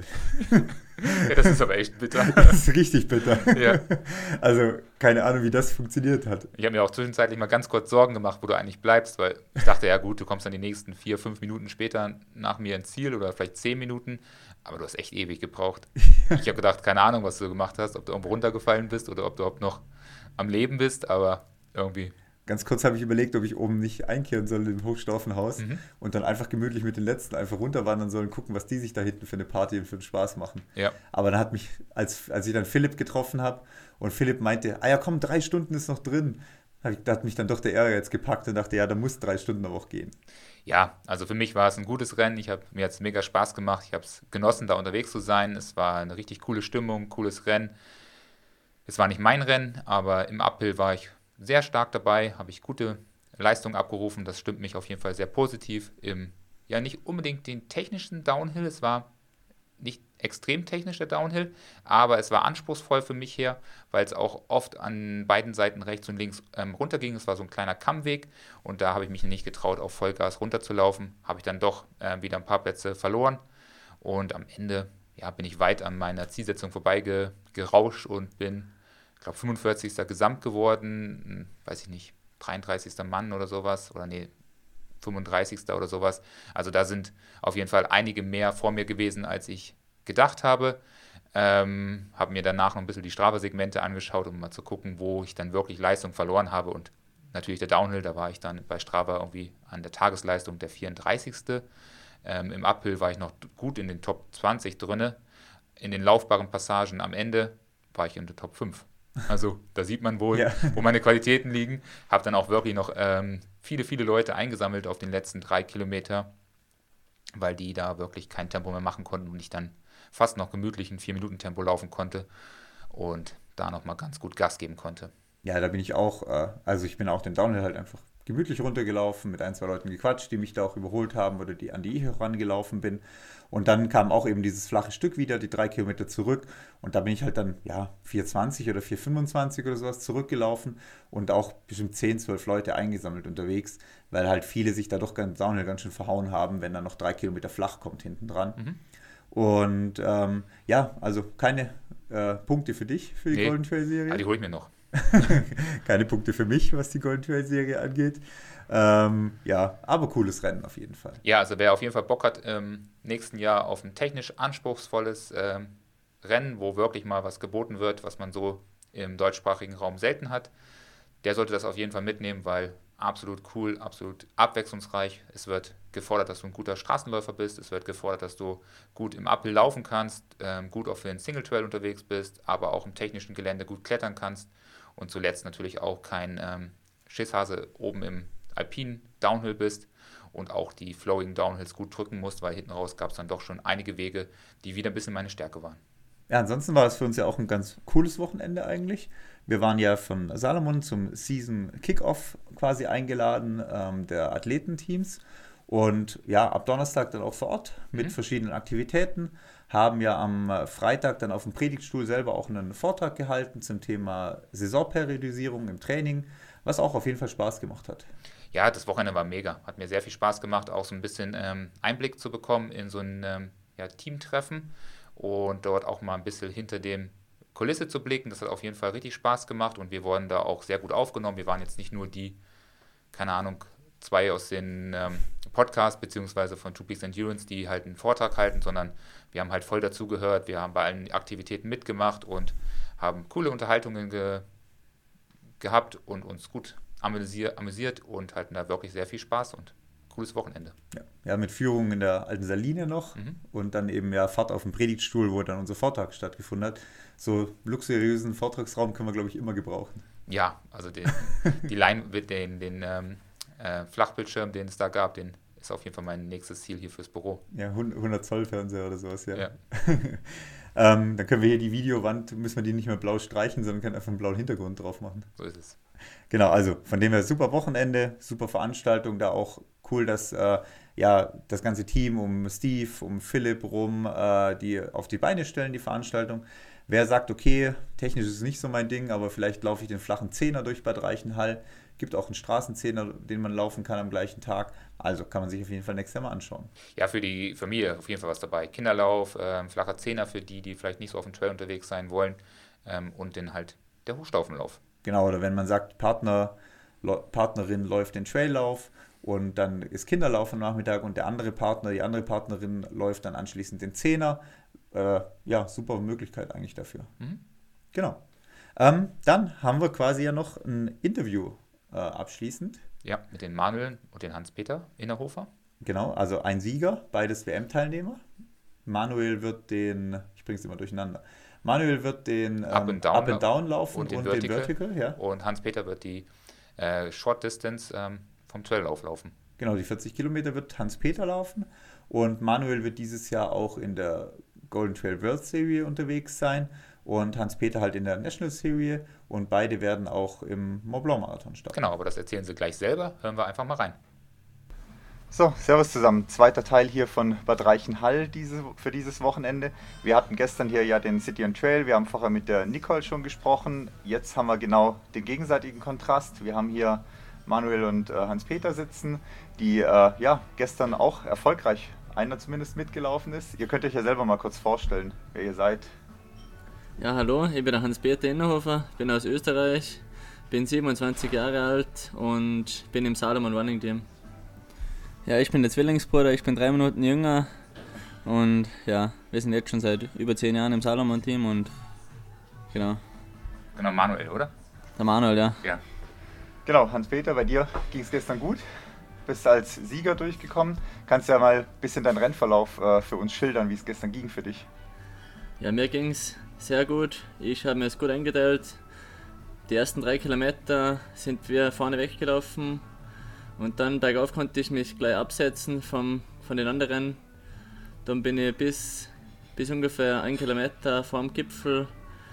Speaker 2: Ja, das ist aber echt bitter.
Speaker 1: Das ist richtig bitter.
Speaker 2: Ja.
Speaker 1: Also keine Ahnung, wie das funktioniert hat.
Speaker 2: Ich habe mir auch zwischenzeitlich mal ganz kurz Sorgen gemacht, wo du eigentlich bleibst, weil ich dachte, ja gut, du kommst dann die nächsten vier, fünf Minuten später nach mir ins Ziel oder vielleicht zehn Minuten, aber du hast echt ewig gebraucht. Ich habe gedacht, keine Ahnung, was du gemacht hast, ob du irgendwo runtergefallen bist oder ob du überhaupt noch am Leben bist, aber irgendwie...
Speaker 1: Ganz kurz habe ich überlegt, ob ich oben nicht einkehren soll im Hochstaufenhaus mhm. und dann einfach gemütlich mit den Letzten einfach runterwandern soll und gucken, was die sich da hinten für eine Party und für einen Spaß machen.
Speaker 2: Ja.
Speaker 1: Aber dann hat mich, als, als ich dann Philipp getroffen habe und Philipp meinte, ah ja komm, drei Stunden ist noch drin, da hat mich dann doch der Ehrgeiz gepackt und dachte, ja, da muss drei Stunden aber auch gehen.
Speaker 2: Ja, also für mich war es ein gutes Rennen. Ich habe mir jetzt mega Spaß gemacht. Ich habe es genossen, da unterwegs zu sein. Es war eine richtig coole Stimmung, cooles Rennen. Es war nicht mein Rennen, aber im Uphill war ich sehr stark dabei, habe ich gute Leistung abgerufen, das stimmt mich auf jeden Fall sehr positiv. Im, ja, nicht unbedingt den technischen Downhill, es war nicht extrem technisch der Downhill, aber es war anspruchsvoll für mich her, weil es auch oft an beiden Seiten rechts und links ähm, runterging. Es war so ein kleiner Kammweg und da habe ich mich nicht getraut, auf Vollgas runterzulaufen. Habe ich dann doch äh, wieder ein paar Plätze verloren und am Ende ja, bin ich weit an meiner Zielsetzung vorbeigerauscht und bin, ich glaube, fünfundvierzigster Gesamt geworden, weiß ich nicht, dreiunddreißigster Mann oder sowas, oder nee, fünfunddreißigster oder sowas. Also da sind auf jeden Fall einige mehr vor mir gewesen, als ich gedacht habe. Ähm, habe mir danach noch ein bisschen die Strava-Segmente angeschaut, um mal zu gucken, wo ich dann wirklich Leistung verloren habe. Und natürlich der Downhill, da war ich dann bei Strava irgendwie an der Tagesleistung der vierunddreißigste Ähm, Im Uphill war ich noch gut in den Top zwanzig drinne. In den laufbaren Passagen am Ende war ich in der Top fünf. Also da sieht man wohl, ja. wo meine Qualitäten liegen. Habe dann auch wirklich noch ähm, viele, viele Leute eingesammelt auf den letzten drei Kilometer, weil die da wirklich kein Tempo mehr machen konnten und ich dann fast noch gemütlich ein vier Minuten Tempo laufen konnte und da nochmal ganz gut Gas geben konnte.
Speaker 1: Ja, da bin ich auch, äh, also ich bin auch den Downhill halt einfach gemütlich runtergelaufen, mit ein, zwei Leuten gequatscht, die mich da auch überholt haben oder die, an die ich auch rangelaufen bin. Und dann kam auch eben dieses flache Stück wieder, die drei Kilometer zurück. Und da bin ich halt dann, ja, vier zwanzig oder vier fünfundzwanzig oder sowas zurückgelaufen und auch bestimmt zehn, zwölf Leute eingesammelt unterwegs, weil halt viele sich da doch ganz, Downhill ganz schön verhauen haben, wenn dann noch drei Kilometer flach kommt hinten dran. Mhm. Und ähm, ja, also keine äh, Punkte für dich, für die nee, Golden Trail Serie.
Speaker 2: Ah, die hole ich mir noch.
Speaker 1: Keine Punkte für mich, was die Golden Trail Serie angeht. Ähm, ja, aber cooles Rennen auf jeden Fall.
Speaker 2: Ja, also wer auf jeden Fall Bock hat, im ähm, nächsten Jahr auf ein technisch anspruchsvolles ähm, Rennen, wo wirklich mal was geboten wird, was man so im deutschsprachigen Raum selten hat, der sollte das auf jeden Fall mitnehmen, weil absolut cool, absolut abwechslungsreich. Es wird gefordert, dass du ein guter Straßenläufer bist. Es wird gefordert, dass du gut im Uphill laufen kannst, ähm, gut auch für den Single Trail unterwegs bist, aber auch im technischen Gelände gut klettern kannst. Und zuletzt natürlich auch kein ähm, Schisshase oben im alpinen Downhill bist und auch die Flowing Downhills gut drücken musst, weil hinten raus gab es dann doch schon einige Wege, die wieder ein bisschen meine Stärke waren.
Speaker 1: Ja, ansonsten war es für uns ja auch ein ganz cooles Wochenende eigentlich. Wir waren ja von Salomon zum Season Kickoff quasi eingeladen, ähm, der Athletenteams. Und ja, ab Donnerstag dann auch vor Ort mit mhm. verschiedenen Aktivitäten. Haben ja am Freitag dann auf dem Predigtstuhl selber auch einen Vortrag gehalten zum Thema Saisonperiodisierung im Training, was auch auf jeden Fall Spaß gemacht hat.
Speaker 2: Ja, das Wochenende war mega. Hat mir sehr viel Spaß gemacht, auch so ein bisschen ähm, Einblick zu bekommen in so ein ähm, ja, Teamtreffen und dort auch mal ein bisschen hinter dem Kulisse zu blicken. Das hat auf jeden Fall richtig Spaß gemacht und wir wurden da auch sehr gut aufgenommen. Wir waren jetzt nicht nur die, keine Ahnung, zwei aus den ähm, Podcasts beziehungsweise von Two Peaks Endurance, die halt einen Vortrag halten, sondern wir haben halt voll dazugehört. Wir haben bei allen Aktivitäten mitgemacht und haben coole Unterhaltungen ge- gehabt und uns gut amüsier- amüsiert und hatten da wirklich sehr viel Spaß und cooles Wochenende.
Speaker 1: Ja, ja, mit Führung in der alten Saline noch
Speaker 2: Mhm.
Speaker 1: und dann eben ja Fahrt auf dem Predigtstuhl, wo dann unser Vortrag stattgefunden hat. So luxuriösen Vortragsraum können wir, glaube ich, immer gebrauchen.
Speaker 2: Ja, also den, die Line, den, den ähm, äh, Flachbildschirm, den es da gab, den ist auf jeden Fall mein nächstes Ziel hier fürs Büro.
Speaker 1: Ja, hundert Zoll Fernseher oder sowas, ja.
Speaker 2: Ja.
Speaker 1: ähm, dann können wir hier die Videowand, müssen wir die nicht mehr blau streichen, sondern können einfach einen blauen Hintergrund drauf machen.
Speaker 2: So ist es.
Speaker 1: Genau, also von dem her super Wochenende, super Veranstaltung, da auch cool, dass äh, ja das ganze Team um Steve, um Philipp rum, äh, die auf die Beine stellen, die Veranstaltung. Wer sagt, okay, technisch ist es nicht so mein Ding, aber vielleicht laufe ich den flachen Zehner durch Bad Reichenhall. Gibt auch einen Straßenzehner, den man laufen kann am gleichen Tag. Also kann man sich auf jeden Fall nächstes Jahr mal anschauen.
Speaker 2: Ja, für die Familie auf jeden Fall was dabei. Kinderlauf, ähm, flacher Zehner für die, die vielleicht nicht so auf dem Trail unterwegs sein wollen ähm, und dann halt der Hochstaufenlauf.
Speaker 1: Genau, oder wenn man sagt, Partner, Lo- Partnerin läuft den Traillauf und dann ist Kinderlauf am Nachmittag und der andere Partner, die andere Partnerin läuft dann anschließend den Zehner. Äh, ja, super Möglichkeit eigentlich dafür.
Speaker 2: Mhm.
Speaker 1: Genau. Ähm, dann haben wir quasi ja noch ein Interview äh, abschließend.
Speaker 2: Ja, mit den Manuel und den Hans-Peter Innerhofer.
Speaker 1: Genau, also ein Sieger, beides W M-Teilnehmer. Manuel wird den, ich bringe es immer durcheinander, Manuel wird den ähm,
Speaker 2: Up and Down
Speaker 1: Up and Down laufen
Speaker 2: und den
Speaker 1: und
Speaker 2: Vertical.
Speaker 1: den Vertical, ja.
Speaker 2: Und Hans-Peter wird die äh, Short Distance ähm, vom Traillauf laufen.
Speaker 1: Genau, die vierzig Kilometer wird Hans-Peter laufen und Manuel wird dieses Jahr auch in der Golden Trail World Series unterwegs sein und Hans-Peter halt in der National Series und beide werden auch im Mont Blanc Marathon starten.
Speaker 2: Genau, aber das erzählen sie gleich selber. Hören wir einfach mal rein.
Speaker 4: So, servus zusammen. Zweiter Teil hier von Bad Reichenhall diese, für dieses Wochenende. Wir hatten gestern hier ja den City on Trail. Wir haben vorher mit der Nicole schon gesprochen. Jetzt haben wir genau den gegenseitigen Kontrast. Wir haben hier Manuel und äh, Hans-Peter sitzen, die äh, ja gestern auch erfolgreich, einer zumindest, mitgelaufen ist. Ihr könnt euch ja selber mal kurz vorstellen, wer ihr seid.
Speaker 5: Ja, hallo, ich bin der Hans-Peter Innerhofer, bin aus Österreich, bin siebenundzwanzig Jahre alt und bin im Salomon Running Team. Ja, ich bin der Zwillingsbruder, ich bin drei Minuten jünger und ja, wir sind jetzt schon seit über zehn Jahren im Salomon Team und genau.
Speaker 2: Genau, Manuel, oder?
Speaker 5: Der Manuel, ja.
Speaker 2: Ja.
Speaker 4: Genau, Hans-Peter, bei dir ging es gestern gut. Bist als Sieger durchgekommen. Kannst ja mal ein bisschen deinen Rennverlauf äh, für uns schildern, wie es gestern ging für dich.
Speaker 5: Ja, mir ging es sehr gut. Ich habe mir es gut eingeteilt. Die ersten drei Kilometer sind wir vorne weggelaufen und dann bergauf konnte ich mich gleich absetzen vom, von den anderen. Dann bin ich bis, bis ungefähr einen Kilometer vorm Gipfel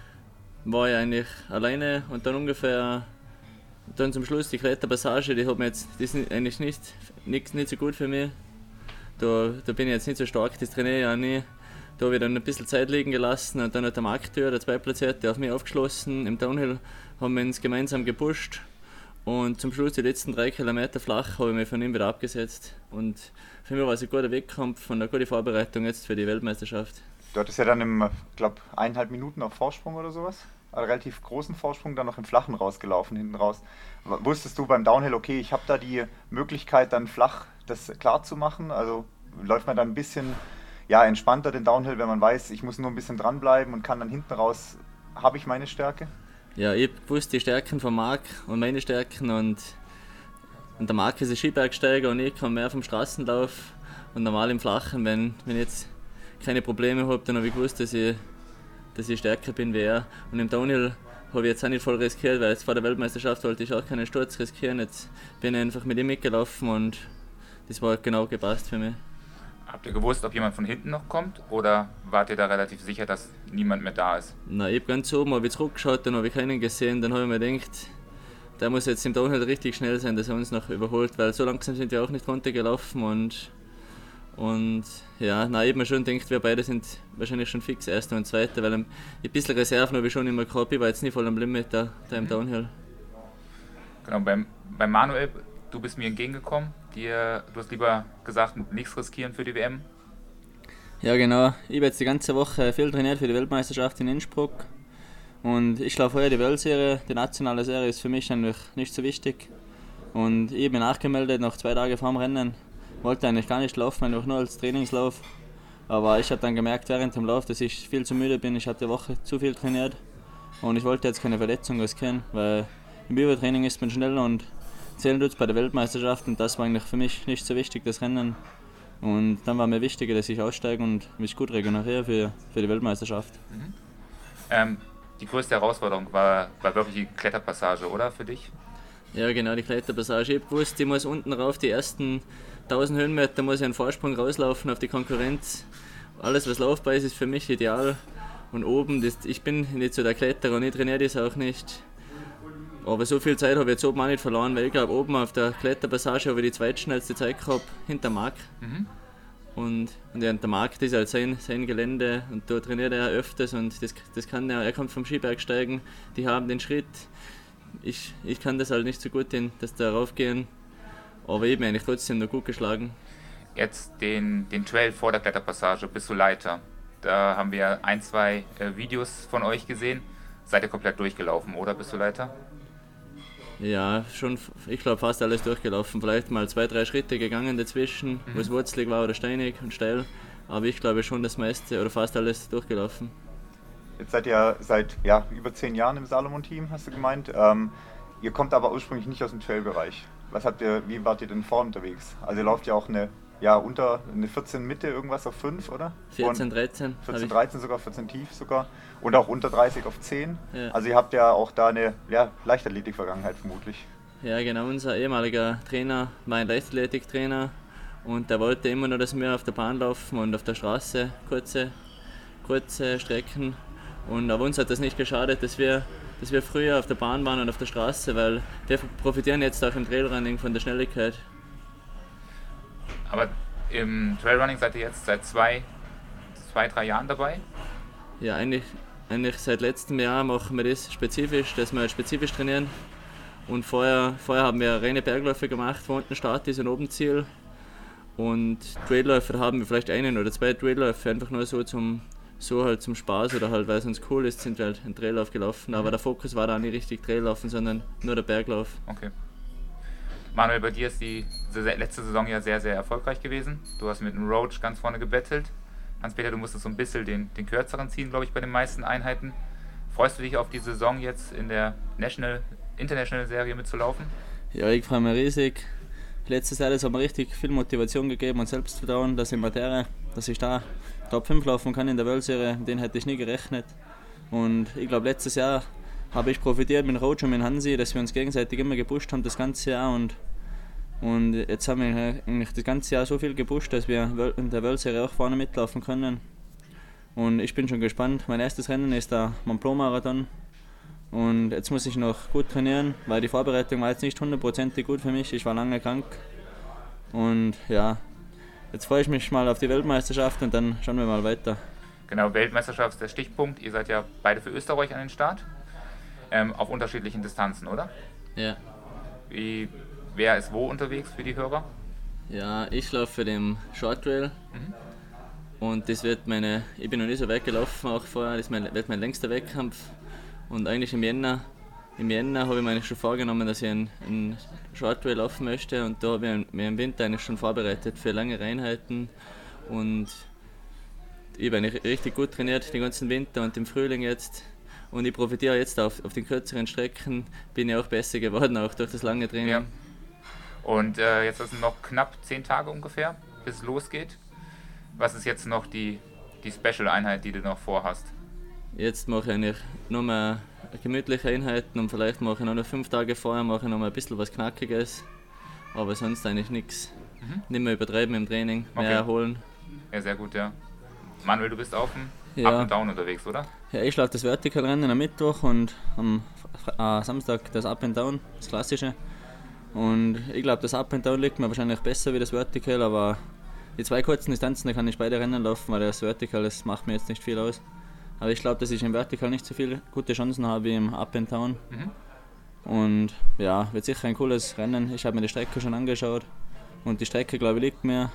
Speaker 5: war ich eigentlich alleine und dann ungefähr dann zum Schluss die Kletterpassage, die hat mir jetzt, die ist eigentlich nicht, nicht, nicht so gut für mich. Da, da bin ich jetzt nicht so stark, das trainiere ich auch nie. Da habe ich dann ein bisschen Zeit liegen gelassen und dann hat der Marktür, der Zweitplatzierte, auf mich aufgeschlossen. Im Downhill haben wir uns gemeinsam gepusht und zum Schluss die letzten drei Kilometer flach habe ich mich von ihm wieder abgesetzt. Und für mich war es ein guter Wettkampf und eine gute Vorbereitung jetzt für die Weltmeisterschaft.
Speaker 4: Du hattest ja dann im, glaube eineinhalb Minuten auf Vorsprung oder sowas. Einen relativ großen Vorsprung, dann noch im Flachen rausgelaufen, hinten raus. Wusstest du beim Downhill, okay, ich habe da die Möglichkeit, dann flach das klar zu machen? Also läuft man dann ein bisschen ja, entspannter den Downhill, wenn man weiß, ich muss nur ein bisschen dranbleiben und kann dann hinten raus, habe ich meine Stärke?
Speaker 5: Ja, ich wusste die Stärken von Marc und meine Stärken und, und der Marc ist ein Skibergsteiger und ich komme mehr vom Straßenlauf und normal im Flachen, wenn, wenn ich jetzt keine Probleme habe, dann habe ich gewusst, dass ich dass ich stärker bin wie er. Und im Downhill habe ich jetzt auch nicht voll riskiert, weil jetzt vor der Weltmeisterschaft wollte ich auch keinen Sturz riskieren. Jetzt bin ich einfach mit ihm mitgelaufen und das war genau gepasst für mich.
Speaker 2: Habt ihr gewusst, ob jemand von hinten noch kommt oder wart ihr da relativ sicher, dass niemand mehr da ist?
Speaker 5: Na, ich habe ganz oben hab ich zurückgeschaut, dann habe ich keinen gesehen, dann habe ich mir gedacht, der muss jetzt im Downhill richtig schnell sein, dass er uns noch überholt, weil so langsam sind wir auch nicht runtergelaufen und Und ja, nein, ich habe mir schon gedacht, wir beide sind wahrscheinlich schon fix Erster und Zweiter, weil ein bisschen Reserven habe ich schon immer gehabt, ich war jetzt nicht voll am Limit da, da im Downhill.
Speaker 2: Genau, beim, beim Manuel du bist mir entgegengekommen. Dir, du hast lieber gesagt, nichts riskieren für die W M.
Speaker 5: Ja genau, ich habe jetzt die ganze Woche viel trainiert für die Weltmeisterschaft in Innsbruck. Und ich laufe heuer die Weltserie, die nationale Serie ist für mich eigentlich nicht so wichtig. Und ich bin nachgemeldet, noch zwei Tage vor dem Rennen. Wollte eigentlich gar nicht laufen, einfach nur als Trainingslauf. Aber ich habe dann gemerkt während dem Lauf, dass ich viel zu müde bin. Ich habe die Woche zu viel trainiert. Und ich wollte jetzt keine Verletzung riskieren, weil im Übertraining ist man schneller und zählen tut es bei der Weltmeisterschaft. Und das war eigentlich für mich nicht so wichtig, das Rennen. Und dann war mir wichtiger, dass ich aussteige und mich gut regeneriere für, für die Weltmeisterschaft.
Speaker 2: Mhm. Ähm, die größte Herausforderung war, war wirklich die Kletterpassage, oder, für dich?
Speaker 5: Ja genau, die Kletterpassage. Ich wusste, ich muss unten rauf, die ersten tausend Höhenmeter muss ich einen Vorsprung rauslaufen auf die Konkurrenz. Alles was laufbar ist, ist für mich ideal. Und oben, das, ich bin nicht so der Kletterer und ich trainiere das auch nicht. Aber so viel Zeit habe ich jetzt oben auch nicht verloren, weil ich glaube, oben auf der Kletterpassage habe ich die zweitschnellste Zeit gehabt, hinter Marc. Mhm. Und, und ja, der Marc, das ist halt sein, sein Gelände und da trainiert er öfters und das, das kann er, er kommt vom Skibergsteigen, die haben den Schritt. Ich, ich kann das halt nicht so gut, den, dass da raufgehen, aber ich bin eigentlich trotzdem noch gut geschlagen.
Speaker 2: Jetzt den, den Trail vor der Kletterpassage bist du Leiter. Da haben wir ein, zwei äh, Videos von euch gesehen. Seid ihr komplett durchgelaufen, oder bist du Leiter?
Speaker 5: Ja, schon, ich glaube fast alles durchgelaufen. Vielleicht mal zwei, drei Schritte gegangen dazwischen, mhm. wo es wurzelig war oder steinig und steil. Aber ich glaube schon das meiste oder fast alles durchgelaufen.
Speaker 4: Jetzt seid ihr seit ja, über zehn Jahren im Salomon-Team, hast du gemeint. Ähm, ihr kommt aber ursprünglich nicht aus dem Trail-Bereich. Was habt ihr, wie wart ihr denn vor unterwegs? Also ihr lauft ja auch eine, ja, unter eine vierzehn Mitte, irgendwas auf fünf, oder?
Speaker 5: vierzehn, dreizehn.
Speaker 4: vierzehn, dreizehn sogar, vierzehn tief sogar. Und auch unter dreißig auf zehn.
Speaker 5: Ja.
Speaker 4: Also ihr habt ja auch da eine ja, Leichtathletik-Vergangenheit vermutlich.
Speaker 5: Ja genau, unser ehemaliger Trainer war ein Leichtathletiktrainer und der wollte immer nur, dass wir auf der Bahn laufen und auf der Straße kurze, kurze Strecken. Und auf uns hat das nicht geschadet, dass wir, dass wir früher auf der Bahn waren und auf der Straße, weil wir profitieren jetzt auch im Trailrunning von der Schnelligkeit.
Speaker 2: Aber im Trailrunning seid ihr jetzt seit zwei, zwei drei Jahren dabei?
Speaker 5: Ja, eigentlich, eigentlich seit letztem Jahr machen wir das spezifisch, dass wir spezifisch trainieren. Und vorher, vorher haben wir reine Bergläufe gemacht, wo unten Start ist und oben Ziel. Und Trailläufe haben wir vielleicht einen oder zwei Trailläufe, einfach nur so zum so halt zum Spaß oder halt weil es uns cool ist, sind wir halt einen Traillauf gelaufen. Aber der Fokus war da nicht richtig Traillaufen, sondern nur der Berglauf.
Speaker 2: Okay. Manuel, bei dir ist die letzte Saison ja sehr, sehr erfolgreich gewesen. Du hast mit dem Roach ganz vorne gebettelt. Hans-Peter, du musstest so ein bisschen den, den kürzeren ziehen, glaube ich, bei den meisten Einheiten. Freust du dich auf die Saison jetzt in der National, International Serie mitzulaufen?
Speaker 5: Ja, ich freue mich riesig. Letztes Jahr hat mir richtig viel Motivation gegeben und Selbstvertrauen, dass ich Matera, dass ich da Top fünf laufen kann in der Weltserie. Den hätte ich nie gerechnet. Und ich glaube, letztes Jahr habe ich profitiert mit Roach und mit Hansi, dass wir uns gegenseitig immer gepusht haben das ganze Jahr. Und, und jetzt haben wir eigentlich das ganze Jahr so viel gepusht, dass wir in der Weltserie auch vorne mitlaufen können. Und ich bin schon gespannt. Mein erstes Rennen ist der Mont Blanc Marathon. Und jetzt muss ich noch gut trainieren, weil die Vorbereitung war jetzt nicht hundertprozentig gut für mich. Ich war lange krank. Und ja, jetzt freue ich mich mal auf die Weltmeisterschaft und dann schauen wir mal weiter.
Speaker 2: Genau, Weltmeisterschaft ist der Stichpunkt. Ihr seid ja beide für Österreich an den Start. Ähm, auf unterschiedlichen Distanzen, oder?
Speaker 5: Ja.
Speaker 2: Wie, wer ist wo unterwegs für die Hörer?
Speaker 5: Ja, ich laufe für den Short Trail. Mhm. Und das wird meine, ich bin noch nie so weit gelaufen, auch vorher, das wird mein längster Wettkampf. Und eigentlich im Jänner, im Jänner habe ich mir eigentlich schon vorgenommen, dass ich einen, einen Short Trail laufen möchte. Und da habe ich mich im Winter eigentlich schon vorbereitet für lange Einheiten. Und ich habe eigentlich richtig gut trainiert den ganzen Winter und im Frühling jetzt. Und ich profitiere jetzt auf, auf den kürzeren Strecken, bin ich auch besser geworden, auch durch das lange Training.
Speaker 2: Ja. Und äh, jetzt sind noch knapp zehn Tage ungefähr, bis es losgeht. Was ist jetzt noch die, die Special-Einheit, die du noch vorhast?
Speaker 5: Jetzt mache ich eigentlich nur mehr gemütliche Einheiten und vielleicht mache ich noch fünf Tage vorher mache ich noch mal ein bisschen was Knackiges. Aber sonst eigentlich nichts. Mhm. Nicht mehr übertreiben im Training, mehr okay. erholen.
Speaker 2: Ja, sehr gut, ja. Manuel, du bist auf dem
Speaker 5: ja.
Speaker 2: Up and Down unterwegs, oder?
Speaker 5: Ja, ich schlage das Vertical-Rennen am Mittwoch und am äh, Samstag das Up and Down, das klassische. Und ich glaube, das Up and Down liegt mir wahrscheinlich besser wie das Vertical, aber die zwei kurzen Distanzen, da kann ich beide Rennen laufen, weil das Vertical, das macht mir jetzt nicht viel aus. Aber ich glaube, dass ich im Vertical nicht so viele gute Chancen habe wie im Up and Down. Mhm. Und ja, wird sicher ein cooles Rennen. Ich habe mir die Strecke schon angeschaut und die Strecke, glaube ich, liegt mir.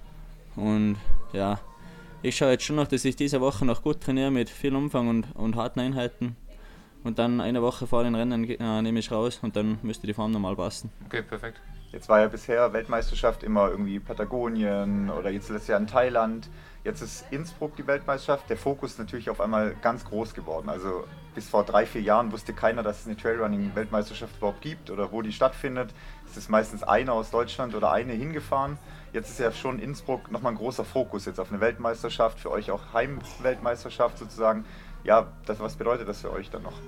Speaker 5: Und ja, ich schaue jetzt schon noch, dass ich diese Woche noch gut trainiere mit viel Umfang und, und harten Einheiten. Und dann eine Woche vor den Rennen äh, nehme ich raus und dann müsste die Form normal passen.
Speaker 2: Okay, perfekt.
Speaker 4: Jetzt war ja bisher Weltmeisterschaft immer irgendwie Patagonien oder jetzt letztes Jahr in Thailand. Jetzt ist Innsbruck die Weltmeisterschaft. Der Fokus ist natürlich auf einmal ganz groß geworden. Also bis vor drei, vier Jahren wusste keiner, dass es eine Trailrunning-Weltmeisterschaft überhaupt gibt oder wo die stattfindet. Es ist meistens einer aus Deutschland oder eine hingefahren. Jetzt ist ja schon Innsbruck nochmal ein großer Fokus jetzt auf eine Weltmeisterschaft, für euch auch Heimweltmeisterschaft sozusagen. Ja, das, was bedeutet das für euch dann noch?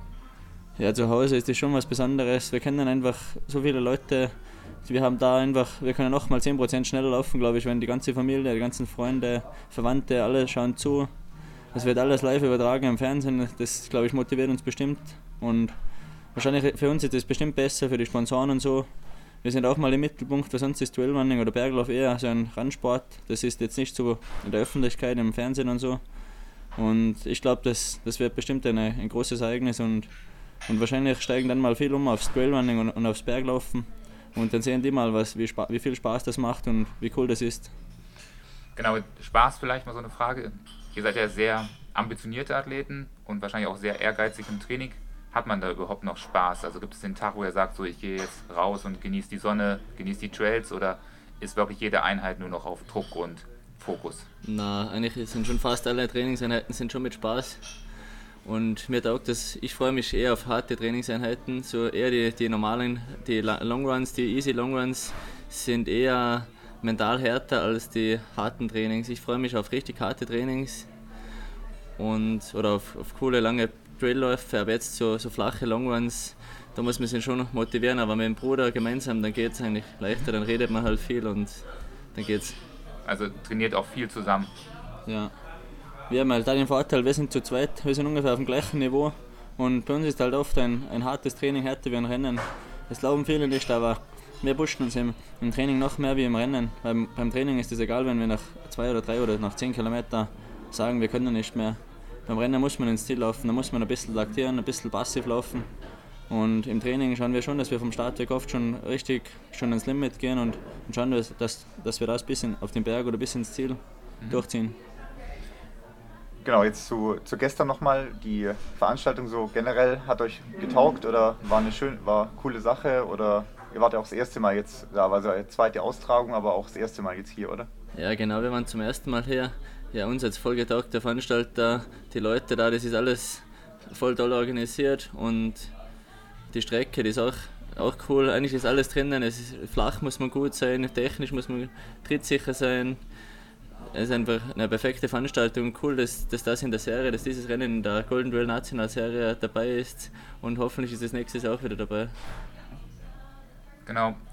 Speaker 5: Ja, zu Hause ist das schon was Besonderes. Wir kennen einfach so viele Leute. Wir haben da einfach, wir können noch mal zehn Prozent schneller laufen, glaube ich, wenn die ganze Familie, die ganzen Freunde, Verwandte, alle schauen zu. Es wird alles live übertragen im Fernsehen. Das, glaube ich, motiviert uns bestimmt. Und wahrscheinlich für uns ist das bestimmt besser, für die Sponsoren und so. Wir sind auch mal im Mittelpunkt, weil sonst ist Trailrunning oder Berglauf eher so ein Randsport. Das ist jetzt nicht so in der Öffentlichkeit, im Fernsehen und so. Und ich glaube, das, das wird bestimmt eine, ein großes Ereignis und, und wahrscheinlich steigen dann mal viel um aufs Trailrunning und, und aufs Berglaufen. Und dann sehen die mal, was, wie, wie viel Spaß das macht und wie cool das ist.
Speaker 2: Genau, Spaß vielleicht mal so eine Frage. Ihr seid ja sehr ambitionierte Athleten und wahrscheinlich auch sehr ehrgeizig im Training. Hat man da überhaupt noch Spaß? Also gibt es den Tag, wo ihr sagt, so ich gehe jetzt raus und genieße die Sonne, genieße die Trails, oder ist wirklich jede Einheit nur noch auf Druck und Fokus?
Speaker 5: Na, eigentlich sind schon fast alle Trainingseinheiten sind schon mit Spaß. Und mir taugt das, ich freue mich eher auf harte Trainingseinheiten, so eher die, die normalen, die Longruns, die Easy Longruns sind eher mental härter als die harten Trainings. Ich freue mich auf richtig harte Trainings und, oder auf, auf coole lange Trailläufe, aber jetzt so, so flache Longruns, da muss man sich schon motivieren, aber mit dem Bruder gemeinsam, dann geht es eigentlich leichter, dann redet man halt viel und dann geht's.
Speaker 2: Also trainiert auch viel zusammen?
Speaker 5: Ja. Wir haben halt auch den Vorteil, wir sind zu zweit, wir sind ungefähr auf dem gleichen Niveau und bei uns ist halt oft ein, ein hartes Training härter wie ein Rennen. Das glauben viele nicht, aber wir pushen uns im, im Training noch mehr wie im Rennen. Beim, beim Training ist es egal, wenn wir nach zwei oder drei oder nach zehn Kilometern sagen, wir können nicht mehr. Beim Rennen muss man ins Ziel laufen, da muss man ein bisschen laktieren, ein bisschen passiv laufen. Und im Training schauen wir schon, dass wir vom Startweg oft schon richtig schon ins Limit gehen und, und schauen, dass, dass wir das bis in, auf den Berg oder bis ins Ziel mhm. durchziehen.
Speaker 4: Genau, jetzt zu, zu gestern nochmal. Die Veranstaltung so generell hat euch getaugt oder war eine schön, war eine coole Sache, oder ihr wart ja auch das erste Mal jetzt, da war so eine zweite Austragung, aber auch das erste Mal jetzt hier, oder?
Speaker 5: Ja genau, wir waren zum ersten Mal hier. Ja, uns hat es voll getaugt, der Veranstalter, die Leute da, das ist alles voll toll organisiert und die Strecke, die ist auch, auch cool. Eigentlich ist alles drinnen, es ist, flach muss man gut sein, technisch muss man trittsicher sein. Es ist einfach eine perfekte Veranstaltung. Cool, dass, dass das in der Serie, dass dieses Rennen in der Golden Trail Nationalserie dabei ist und hoffentlich ist das nächstes Jahr auch wieder dabei.
Speaker 2: Genau.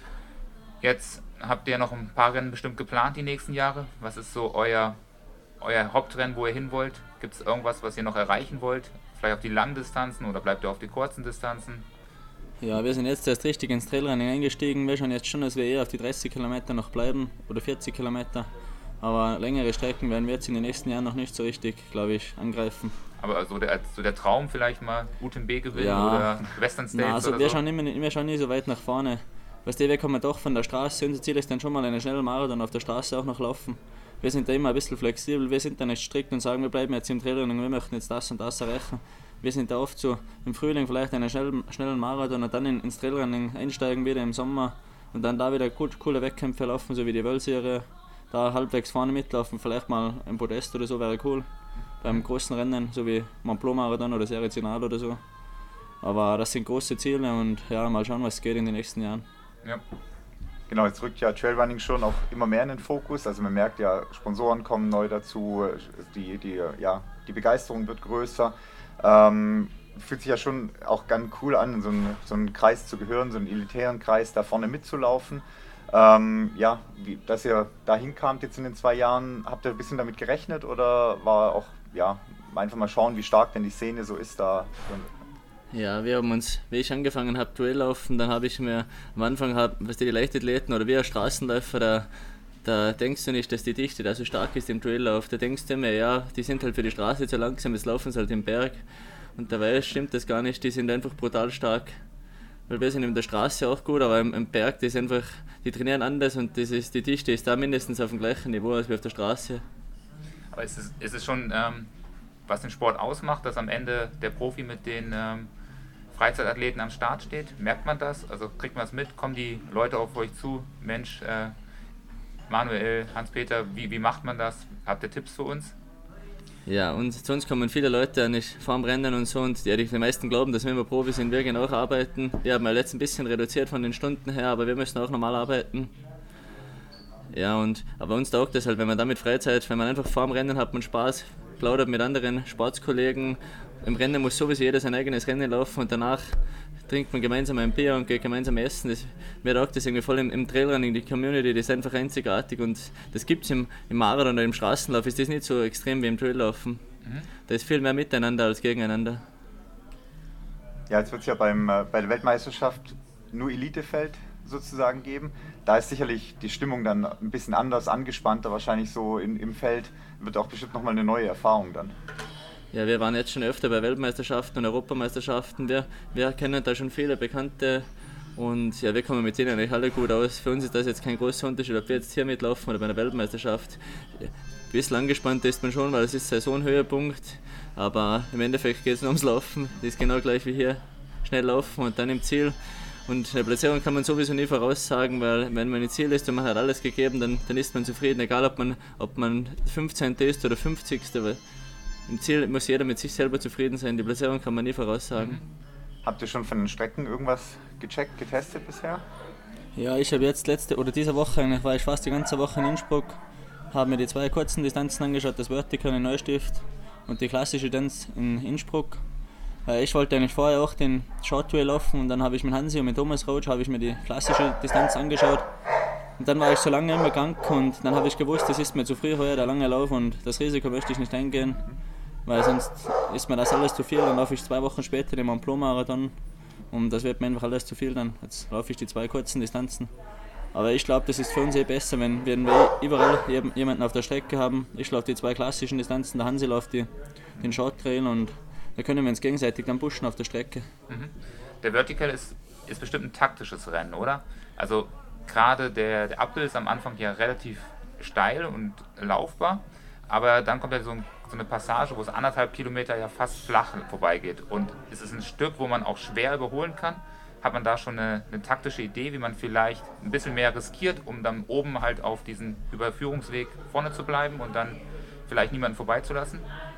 Speaker 2: Jetzt habt ihr noch ein paar Rennen bestimmt geplant die nächsten Jahre. Was ist so euer, euer Hauptrennen, wo ihr hin wollt? Gibt es irgendwas, was ihr noch erreichen wollt? Vielleicht auf die langen Distanzen oder bleibt ihr auf die kurzen Distanzen?
Speaker 5: Ja, wir sind jetzt erst richtig ins Trailrunning eingestiegen. Wir schauen jetzt schon, dass wir eher auf die dreißig Kilometer noch bleiben oder vierzig Kilometer. Aber längere Strecken werden wir jetzt in den nächsten Jahren noch nicht so richtig, glaube ich, angreifen.
Speaker 2: Aber so der, so der Traum vielleicht mal U T M B gewinnen
Speaker 5: ja.
Speaker 2: oder Western States
Speaker 5: Na, also
Speaker 2: oder
Speaker 5: wir
Speaker 2: so?
Speaker 5: Schauen immer, wir schauen nie so weit nach vorne. Weißt du, wir kommen doch von der Straße. Unser Ziel ist dann schon mal einen schnellen Marathon auf der Straße auch noch laufen. Wir sind da immer ein bisschen flexibel, wir sind da nicht strikt und sagen, wir bleiben jetzt im Trailrunning, wir möchten jetzt das und das erreichen. Wir sind da oft so im Frühling vielleicht einen schnellen, schnellen Marathon und dann in, ins Trailrunning einsteigen wieder im Sommer und dann da wieder gut, coole Wettkämpfe laufen, so wie die World-Serie. Da halbwegs vorne mitlaufen, vielleicht mal ein Podest oder so wäre cool. Beim großen Rennen, so wie Mont Blanc Marathon oder Serie Zinal oder so. Aber das sind große Ziele und ja, mal schauen, was geht in den nächsten Jahren.
Speaker 2: Ja.
Speaker 4: Genau, jetzt rückt ja Trailrunning schon auch immer mehr in den Fokus. Also man merkt ja, Sponsoren kommen neu dazu, die, die, ja, die Begeisterung wird größer. Ähm, fühlt sich ja schon auch ganz cool an, in so einen, so einen Kreis zu gehören, so einen elitären Kreis da vorne mitzulaufen. Ähm, ja, wie, dass ihr da hinkamt jetzt in den zwei Jahren, habt ihr ein bisschen damit gerechnet oder war auch, ja, einfach mal schauen, wie stark denn die Szene so ist da?
Speaker 5: Ja, wir haben uns, wie ich angefangen habe, Trail laufen, dann habe ich mir am Anfang, hab, was die Leichtathleten oder wie ein Straßenläufer, da, da denkst du nicht, dass die Dichte da so stark ist im Traillauf. Da denkst du immer, ja, die sind halt für die Straße zu langsam, jetzt laufen sie halt im Berg. und dabei stimmt das gar nicht, die sind einfach brutal stark. Weil wir sind in der Straße auch gut, aber im, im Berg, die, ist einfach, die trainieren anders und das ist, die Dichte ist da mindestens auf dem gleichen Niveau als wie auf der Straße.
Speaker 2: Aber ist es, ist es schon, ähm, was den Sport ausmacht, dass am Ende der Profi mit den ähm, Freizeitathleten am Start steht? Merkt man das? Also kriegt man es mit? Kommen die Leute auf euch zu? Mensch, äh, Manuel, Hans-Peter, wie, wie macht man das? Habt ihr Tipps für uns?
Speaker 5: Ja, und zu uns kommen viele Leute nicht vorm Rennen und so, und die, die meisten glauben, dass wir immer Profi sind, wir gehen auch arbeiten. Wir haben ja jetzt ein bisschen reduziert von den Stunden her, aber wir müssen auch normal arbeiten. Ja, und aber uns taugt das halt, wenn man damit Freizeit, wenn man einfach vorm Rennen hat man Spaß, plaudert mit anderen Sportskollegen. Im Rennen muss sowieso jeder sein eigenes Rennen laufen und danach trinkt man gemeinsam ein Bier und geht gemeinsam essen. Das, mir taugt das irgendwie voll im, im Trailrunning, die Community, das ist einfach einzigartig und das gibt es im, im Marathon oder im Straßenlauf, ist das nicht so extrem wie im Traillaufen. Mhm. Da ist viel mehr miteinander als gegeneinander.
Speaker 4: Ja, jetzt wird es ja beim, äh, bei der Weltmeisterschaft nur Elitefeld sozusagen geben. Da ist sicherlich die Stimmung dann ein bisschen anders, angespannter wahrscheinlich so in, im Feld. Wird auch bestimmt nochmal eine neue Erfahrung dann.
Speaker 5: Ja, wir waren jetzt schon öfter bei Weltmeisterschaften und Europameisterschaften. Wir, wir kennen da schon viele Bekannte und ja, wir kommen mit denen eigentlich alle gut aus. Für uns ist das jetzt kein großer Unterschied, ob wir jetzt hier mitlaufen oder bei einer Weltmeisterschaft. Ein bisschen angespannt ist man schon, weil es ist Saisonhöhepunkt, aber im Endeffekt geht es nur ums Laufen. Das ist genau gleich wie hier, schnell laufen und dann im Ziel. Und eine Platzierung kann man sowieso nie voraussagen, weil wenn man im Ziel ist und man hat alles gegeben, dann, dann ist man zufrieden, egal ob man, ob man fünfzehnte ist oder fünfzigste Weil im Ziel muss jeder mit sich selber zufrieden sein, die Platzierung kann man nie voraussagen.
Speaker 4: Habt ihr schon von den Strecken irgendwas gecheckt, getestet bisher?
Speaker 6: Ja, ich habe jetzt letzte oder diese Woche, eigentlich war ich fast die ganze Woche in Innsbruck, habe mir die zwei kurzen Distanzen angeschaut, das Vertical in Neustift und die klassische Distanz in Innsbruck. Ich wollte eigentlich vorher auch den Short Trail laufen und dann habe ich mit Hansi und mit Thomas Roach habe ich mir die klassische Distanz angeschaut. Und dann war ich so lange immer krank und dann habe ich gewusst, das ist mir zu früh heuer, der lange Lauf, und das Risiko möchte ich nicht eingehen, weil sonst ist mir das alles zu viel. Dann laufe ich zwei Wochen später den Mont Blanc Marathon und das wird mir einfach alles zu viel dann. Jetzt laufe ich die zwei kurzen Distanzen. Aber ich glaube, das ist für uns eh besser, wenn, wenn wir überall jemanden auf der Strecke haben. Ich laufe die zwei klassischen Distanzen, der Hansi läuft die, den Short Trail und da können wir uns gegenseitig dann pushen auf der Strecke.
Speaker 2: Mhm. Der Vertical ist, ist bestimmt ein taktisches Rennen, oder? Also gerade der, der Uphill ist am Anfang ja relativ steil und laufbar, aber dann kommt ja so, ein, so eine Passage, wo es anderthalb Kilometer ja fast flach vorbeigeht. Und es ist ein Stück, wo man auch schwer überholen kann. Hat man da schon eine, eine taktische Idee, wie man vielleicht ein bisschen mehr riskiert, um dann oben halt auf diesen Überführungsweg vorne zu bleiben und dann vielleicht niemanden vorbeizulassen?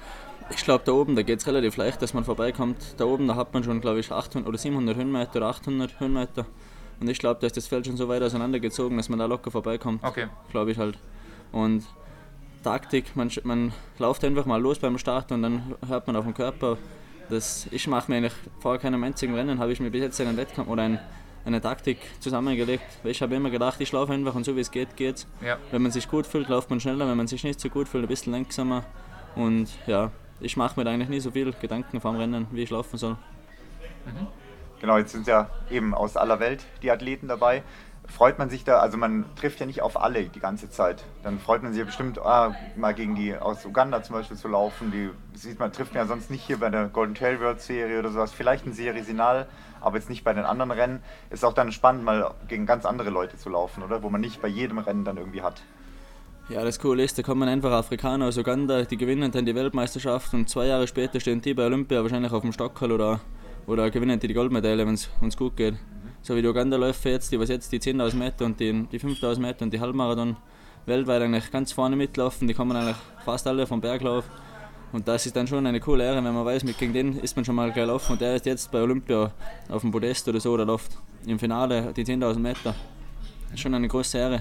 Speaker 6: Ich glaube, da oben, da geht es relativ leicht, dass man vorbeikommt. Da oben, da hat man schon, glaube ich, achthundert oder siebenhundert Höhenmeter oder achthundert Höhenmeter. Und ich glaube, da ist das Feld schon so weit auseinandergezogen, dass man da locker vorbeikommt.
Speaker 2: Okay.
Speaker 6: Glaube ich halt. Und Taktik, man, man läuft einfach mal los beim Start und dann hört man auf den Körper. Das, ich mache mir eigentlich vor keinem einzigen Rennen, habe ich mir bis jetzt einen Wettkampf oder ein, eine Taktik zusammengelegt. Ich habe immer gedacht, ich laufe einfach und so wie es geht, geht's.
Speaker 2: Ja.
Speaker 6: Wenn man sich gut fühlt, läuft man schneller, wenn man sich nicht so gut fühlt, ein bisschen langsamer. Und ja, ich mache mir da eigentlich nie so viel Gedanken vor dem Rennen, wie ich laufen soll.
Speaker 4: Mhm. Genau, jetzt sind ja eben aus aller Welt die Athleten dabei. Freut man sich da, also man trifft ja nicht auf alle die ganze Zeit. Dann freut man sich ja bestimmt, ah, mal gegen die aus Uganda zum Beispiel zu laufen. Die sieht man, trifft man ja sonst nicht hier bei der Golden Trail World Serie oder sowas. Vielleicht ein Serie Sinal, aber jetzt nicht bei den anderen Rennen. Ist auch dann spannend, mal gegen ganz andere Leute zu laufen, oder? Wo man nicht bei jedem Rennen dann irgendwie hat.
Speaker 6: Ja, das Coole ist, da kommen einfach Afrikaner aus Uganda, die gewinnen dann die Weltmeisterschaft und zwei Jahre später stehen die bei Olympia wahrscheinlich auf dem Stockerl oder, oder gewinnen die die Goldmedaille, wenn es uns gut geht. So wie die Uganda-Läufer jetzt, die was jetzt die zehntausend Meter und die, die fünftausend Meter und die Halbmarathon weltweit eigentlich ganz vorne mitlaufen, die kommen eigentlich fast alle vom Berglauf. Und das ist dann schon eine coole Ehre, wenn man weiß, mit gegen den ist man schon mal gelaufen und der ist jetzt bei Olympia auf dem Podest oder so oder läuft im Finale die zehntausend Meter. Das ist schon eine große Ehre.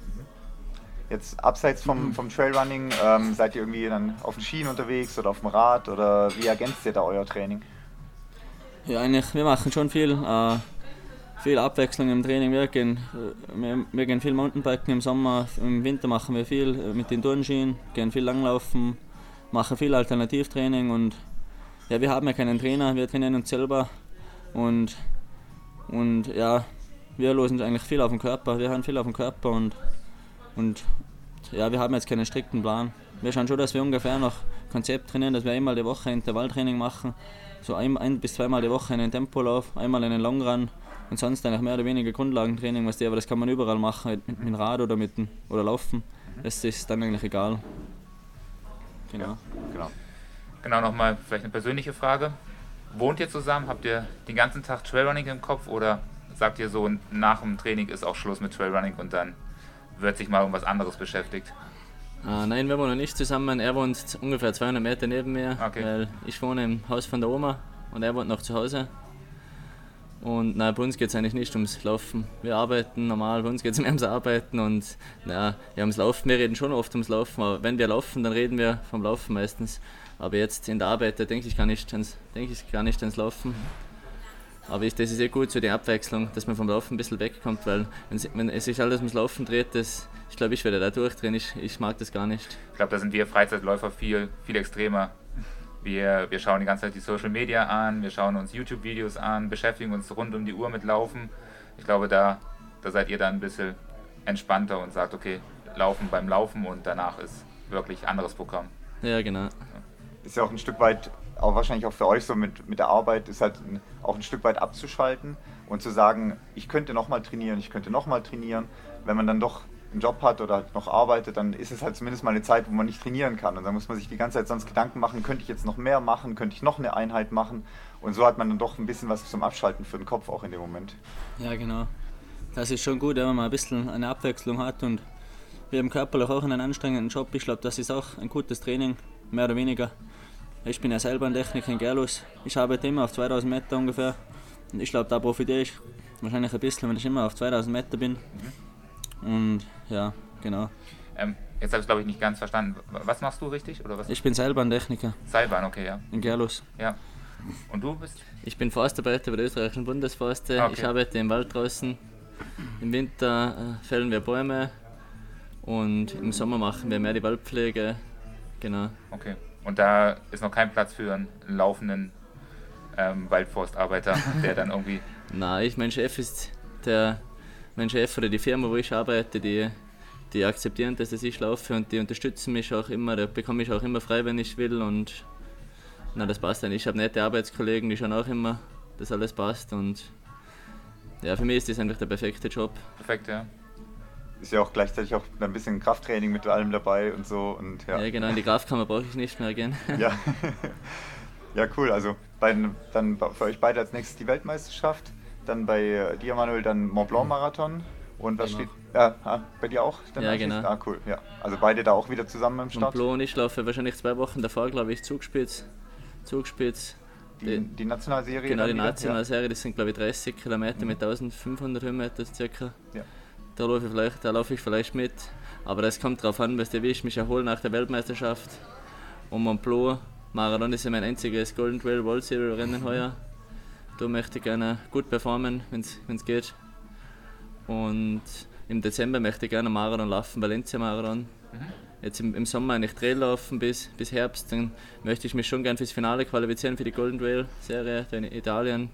Speaker 4: Jetzt abseits vom, vom Trailrunning, ähm, seid ihr irgendwie dann auf den Schienen unterwegs oder auf dem Rad oder wie ergänzt ihr da euer Training?
Speaker 6: Ja, eigentlich, wir machen schon viel, äh, viel Abwechslung im Training. Wir gehen, wir, wir gehen viel Mountainbiken im Sommer, im Winter machen wir viel mit den Turnschienen, gehen viel Langlaufen, machen viel Alternativtraining und ja, wir haben ja keinen Trainer, wir trainieren uns selber und, und ja, wir losen eigentlich viel auf den Körper, wir haben viel auf den Körper und Und ja, wir haben jetzt keinen strikten Plan. Wir schauen schon, dass wir ungefähr nach Konzept trainieren, dass wir einmal die Woche Intervalltraining machen, so ein, ein bis zweimal die Woche einen Tempolauf, einmal einen Longrun und sonst eigentlich mehr oder weniger Grundlagentraining, was die, aber das kann man überall machen, mit, mit dem Rad oder mit dem, oder Laufen. Das ist dann eigentlich egal. Genau.
Speaker 4: Ja, genau.
Speaker 2: Genau, nochmal vielleicht eine persönliche Frage. Wohnt ihr zusammen? Habt ihr den ganzen Tag Trailrunning im Kopf oder sagt ihr so, nach dem Training ist auch Schluss mit Trailrunning und dann wird sich mal um was anderes beschäftigt?
Speaker 5: Ah, nein, wir wohnen nicht zusammen. Er wohnt ungefähr zweihundert Meter neben mir,
Speaker 2: Okay.
Speaker 5: weil ich wohne im Haus von der Oma und er wohnt noch zu Hause. Und nein, bei uns geht es eigentlich nicht ums Laufen. Wir arbeiten normal, bei uns geht es mehr ums Arbeiten und na, ja, ums Laufen. Wir reden schon oft ums Laufen, aber wenn wir laufen, dann reden wir vom Laufen meistens. Aber jetzt in der Arbeit, da denke ich gar nicht ans, denke ich gar nicht ans Laufen. Aber ich, das ist eh gut, so die Abwechslung, dass man vom Laufen ein bisschen wegkommt, weil wenn, wenn es sich alles ums Laufen dreht, das, ich glaube, ich werde da durchdrehen, ich, ich mag das gar nicht.
Speaker 2: Ich glaube, da sind wir Freizeitläufer viel, viel extremer. Wir, wir schauen die ganze Zeit die Social Media an, wir schauen uns YouTube-Videos an, beschäftigen uns rund um die Uhr mit Laufen. Ich glaube, da, da seid ihr dann ein bisschen entspannter und sagt, okay, Laufen beim Laufen und danach ist wirklich anderes Programm.
Speaker 5: Ja, genau.
Speaker 4: Ist ja auch ein Stück weit, auch wahrscheinlich auch für euch so mit, mit der Arbeit, ist halt ein, auch ein Stück weit abzuschalten und zu sagen, ich könnte nochmal trainieren, ich könnte nochmal trainieren. Wenn man dann doch einen Job hat oder halt noch arbeitet, dann ist es halt zumindest mal eine Zeit, wo man nicht trainieren kann. Und dann muss man sich die ganze Zeit sonst Gedanken machen, könnte ich jetzt noch mehr machen, könnte ich noch eine Einheit machen. Und so hat man dann doch ein bisschen was zum Abschalten für den Kopf auch in dem Moment.
Speaker 6: Ja, genau. Das ist schon gut, wenn man mal ein bisschen eine Abwechslung hat und wir haben körperlich auch einen anstrengenden Job. Ich glaube, das ist auch ein gutes Training, mehr oder weniger. Ich bin ja selber ein Techniker in Gerlus. Ich arbeite immer auf zweitausend Meter ungefähr. Und ich glaube, da profitiere ich wahrscheinlich ein bisschen, wenn ich immer auf zweitausend Meter bin. Mhm. Und ja, genau.
Speaker 2: Ähm, jetzt habe ich glaube ich nicht ganz verstanden. Was machst du richtig? Oder was?
Speaker 6: Ich bin selber ein Techniker.
Speaker 2: Seilbahn, okay, ja.
Speaker 6: In Gerlus.
Speaker 2: Ja. Und du bist?
Speaker 5: Ich bin Forstarbeiter bei der österreichischen Bundesforste.
Speaker 2: Okay.
Speaker 5: Ich arbeite im Wald draußen. Im Winter äh, fällen wir Bäume und im Sommer machen wir mehr die Waldpflege. Genau.
Speaker 2: Okay. Und da ist noch kein Platz für einen laufenden ähm, Waldforstarbeiter, der dann irgendwie...
Speaker 5: Nein, ich, mein Chef ist der, mein Chef oder die Firma, wo ich arbeite, die, die akzeptieren, dass ich laufe und die unterstützen mich auch immer, da bekomme ich auch immer frei, wenn ich will und na, das passt dann. Ich habe nette Arbeitskollegen, die schauen auch immer, dass alles passt und ja, für mich ist das einfach der perfekte Job.
Speaker 2: Perfekt, ja.
Speaker 4: Ist ja auch gleichzeitig auch ein bisschen Krafttraining mit allem dabei und so. Und, ja.
Speaker 5: Ja, genau, in die Kraftkammer brauche ich nicht mehr gehen.
Speaker 4: Ja. Ja, cool. Also bei, dann für euch beide als nächstes die Weltmeisterschaft, dann bei dir, Manuel, dann Mont Blanc Marathon. Und was
Speaker 5: Genau.
Speaker 4: steht ja, ah, bei dir auch? Dann
Speaker 5: Ja,
Speaker 4: anschließend?
Speaker 5: genau.
Speaker 4: Ah, cool. Ja. Also beide da auch wieder zusammen im
Speaker 5: Mont
Speaker 4: Start.
Speaker 5: Blanc und ich laufe wahrscheinlich zwei Wochen davor, glaube ich, Zugspitz. Zugspitz.
Speaker 4: Die, die Nationalserie.
Speaker 5: Genau,
Speaker 4: dann
Speaker 5: die
Speaker 4: wieder?
Speaker 5: Nationalserie, das sind glaube ich dreißig Kilometer mit eintausendfünfhundert Höhenmeter circa.
Speaker 4: Ja.
Speaker 5: Da laufe ich vielleicht, da laufe ich vielleicht mit, aber das kommt darauf an, weißt du, wie ich mich erhole nach der Weltmeisterschaft. Und Mont Blanc Marathon ist ja mein einziges Golden Trail World Series Rennen heuer. Da möchte ich gerne gut performen, wenn es geht. Und im Dezember möchte ich gerne Marathon laufen, Valencia Marathon. Mhm. Jetzt im, im Sommer eigentlich Trail laufen bis, bis Herbst, dann möchte ich mich schon gerne fürs Finale qualifizieren für die Golden Trail Serie in Italien.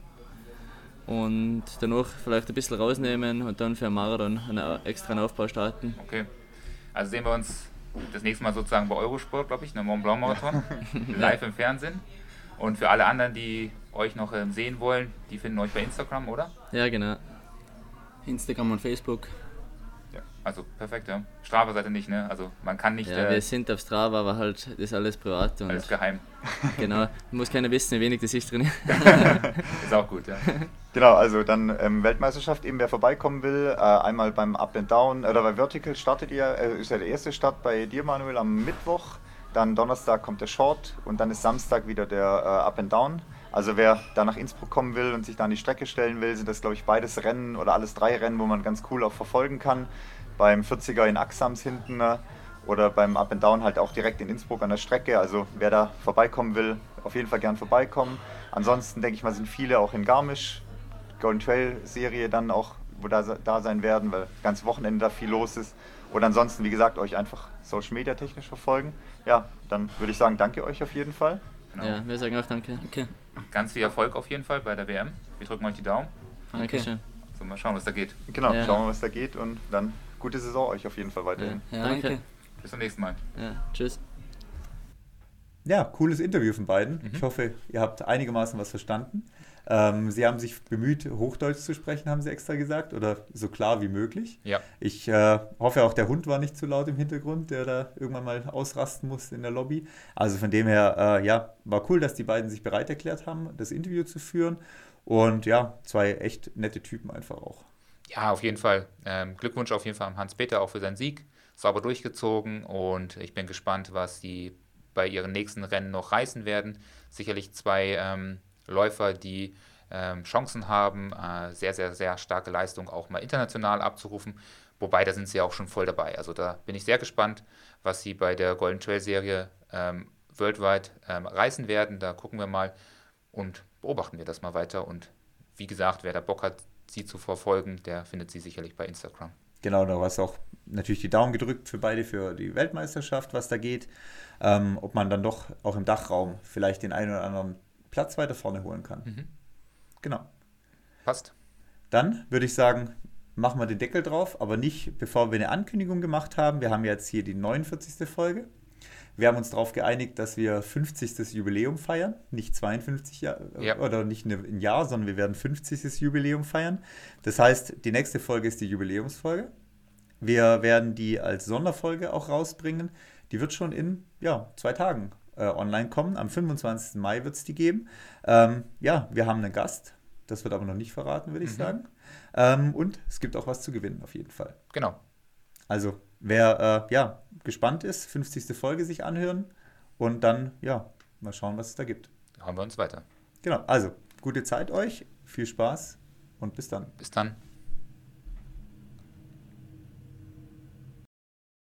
Speaker 5: Und danach vielleicht ein bisschen rausnehmen und dann für einen Marathon einen extra Aufbau starten.
Speaker 2: Okay. Also sehen wir uns das nächste Mal sozusagen bei Eurosport, glaube ich, einem Mont Blanc Marathon, live im Fernsehen. Und für alle anderen, die euch noch ähm, sehen wollen, die finden euch bei Instagram, oder?
Speaker 5: Ja, genau.
Speaker 6: Instagram und Facebook.
Speaker 2: Also perfekt, ja. Strava-Seite nicht, ne? Also man kann nicht...
Speaker 5: Ja,
Speaker 2: äh,
Speaker 5: wir sind auf Strava, aber halt, das ist alles privat. Und
Speaker 2: alles geheim.
Speaker 5: genau, muss keiner wissen, wie wenig das ich trainiere.
Speaker 2: Ist auch gut, ja.
Speaker 4: Genau, also dann ähm, Weltmeisterschaft, eben wer vorbeikommen will, äh, einmal beim Up and Down oder bei Vertical startet ihr, äh, ist ja der erste Start bei dir, Manuel, am Mittwoch, dann Donnerstag kommt der Short und dann ist Samstag wieder der äh, Up and Down. Also wer da nach Innsbruck kommen will und sich da an die Strecke stellen will, sind das, glaube ich, beides Rennen oder alles drei Rennen, wo man ganz cool auch verfolgen kann. Beim vierziger in Axams hinten äh, oder beim Up and Down halt auch direkt in Innsbruck an der Strecke. Also wer da vorbeikommen will, auf jeden Fall gern vorbeikommen. Ansonsten denke ich mal, sind viele auch in Garmisch, Golden Trail Serie dann auch, wo da, da sein werden, weil das ganze Wochenende da viel los ist. Oder ansonsten, wie gesagt, euch einfach Social Media technisch verfolgen. Ja, dann würde ich sagen, danke euch auf jeden Fall.
Speaker 2: Genau.
Speaker 5: Ja, wir sagen auch danke. Okay.
Speaker 2: Ganz viel Erfolg auf jeden Fall bei der W M. Wir drücken euch die Daumen.
Speaker 5: Dankeschön.
Speaker 2: So, mal schauen, was da geht.
Speaker 4: Genau,
Speaker 5: Ja.
Speaker 4: schauen wir, was da geht und dann gute Saison euch auf jeden Fall weiterhin.
Speaker 5: Ja,
Speaker 6: Danke.
Speaker 5: danke.
Speaker 2: Bis zum nächsten Mal.
Speaker 5: Ja, tschüss.
Speaker 1: ja, cooles Interview von beiden.
Speaker 2: Mhm.
Speaker 1: Ich hoffe, ihr habt einigermaßen was verstanden. Ähm, sie haben sich bemüht, Hochdeutsch zu sprechen, haben sie extra gesagt, oder so klar wie möglich.
Speaker 2: Ja.
Speaker 1: Ich äh, hoffe auch, der Hund war nicht zu laut im Hintergrund, der da irgendwann mal ausrasten muss in der Lobby. Also von dem her, äh, ja, war cool, dass die beiden sich bereit erklärt haben, das Interview zu führen. Und ja, zwei echt nette Typen einfach auch.
Speaker 2: Ja, auf jeden Fall. Ähm, Glückwunsch auf jeden Fall an Hans-Peter auch für seinen Sieg. Sauber durchgezogen und ich bin gespannt, was die bei ihren nächsten Rennen noch reißen werden. Sicherlich zwei ähm, Läufer, die ähm, Chancen haben, äh, sehr, sehr, sehr starke Leistung auch mal international abzurufen. Wobei, da sind sie auch schon voll dabei. Also da bin ich sehr gespannt, was sie bei der Golden Trail Serie ähm, worldwide ähm, reißen werden. Da gucken wir mal und beobachten wir das mal weiter. Und wie gesagt, wer da Bock hat, sie zu verfolgen, der findet sie sicherlich bei Instagram.
Speaker 1: Genau, da war es auch natürlich die Daumen gedrückt für beide für die Weltmeisterschaft, was da geht. Ähm, ob man dann doch auch im Dachraum vielleicht den einen oder anderen Platz weiter vorne holen kann.
Speaker 2: Mhm.
Speaker 1: Genau.
Speaker 2: Passt.
Speaker 1: Dann würde ich sagen, machen wir den Deckel drauf, aber nicht, bevor wir eine Ankündigung gemacht haben. Wir haben jetzt hier die neunundvierzigste Folge. Wir haben uns darauf geeinigt, dass wir fünfzigstes Jubiläum feiern. Nicht zweiundfünfzig Jahre
Speaker 2: Ja.
Speaker 1: oder nicht ein Jahr, sondern wir werden fünfzigstes Jubiläum feiern. Das heißt, die nächste Folge ist die Jubiläumsfolge. Wir werden die als Sonderfolge auch rausbringen. Die wird schon in ja, zwei Tagen äh, online kommen. Am fünfundzwanzigsten Mai wird es die geben. Ähm, ja, wir haben einen Gast. Das wird aber noch nicht verraten, würde ich
Speaker 2: Mhm.
Speaker 1: sagen. Ähm, und es gibt auch was zu gewinnen, auf jeden Fall.
Speaker 2: Genau.
Speaker 1: Also, wer äh, ja, gespannt ist, fünfzigste Folge sich anhören und dann, ja, mal schauen, was es da gibt.
Speaker 2: Hören wir uns weiter.
Speaker 1: Genau, also, gute Zeit euch, viel Spaß und bis dann.
Speaker 2: Bis dann.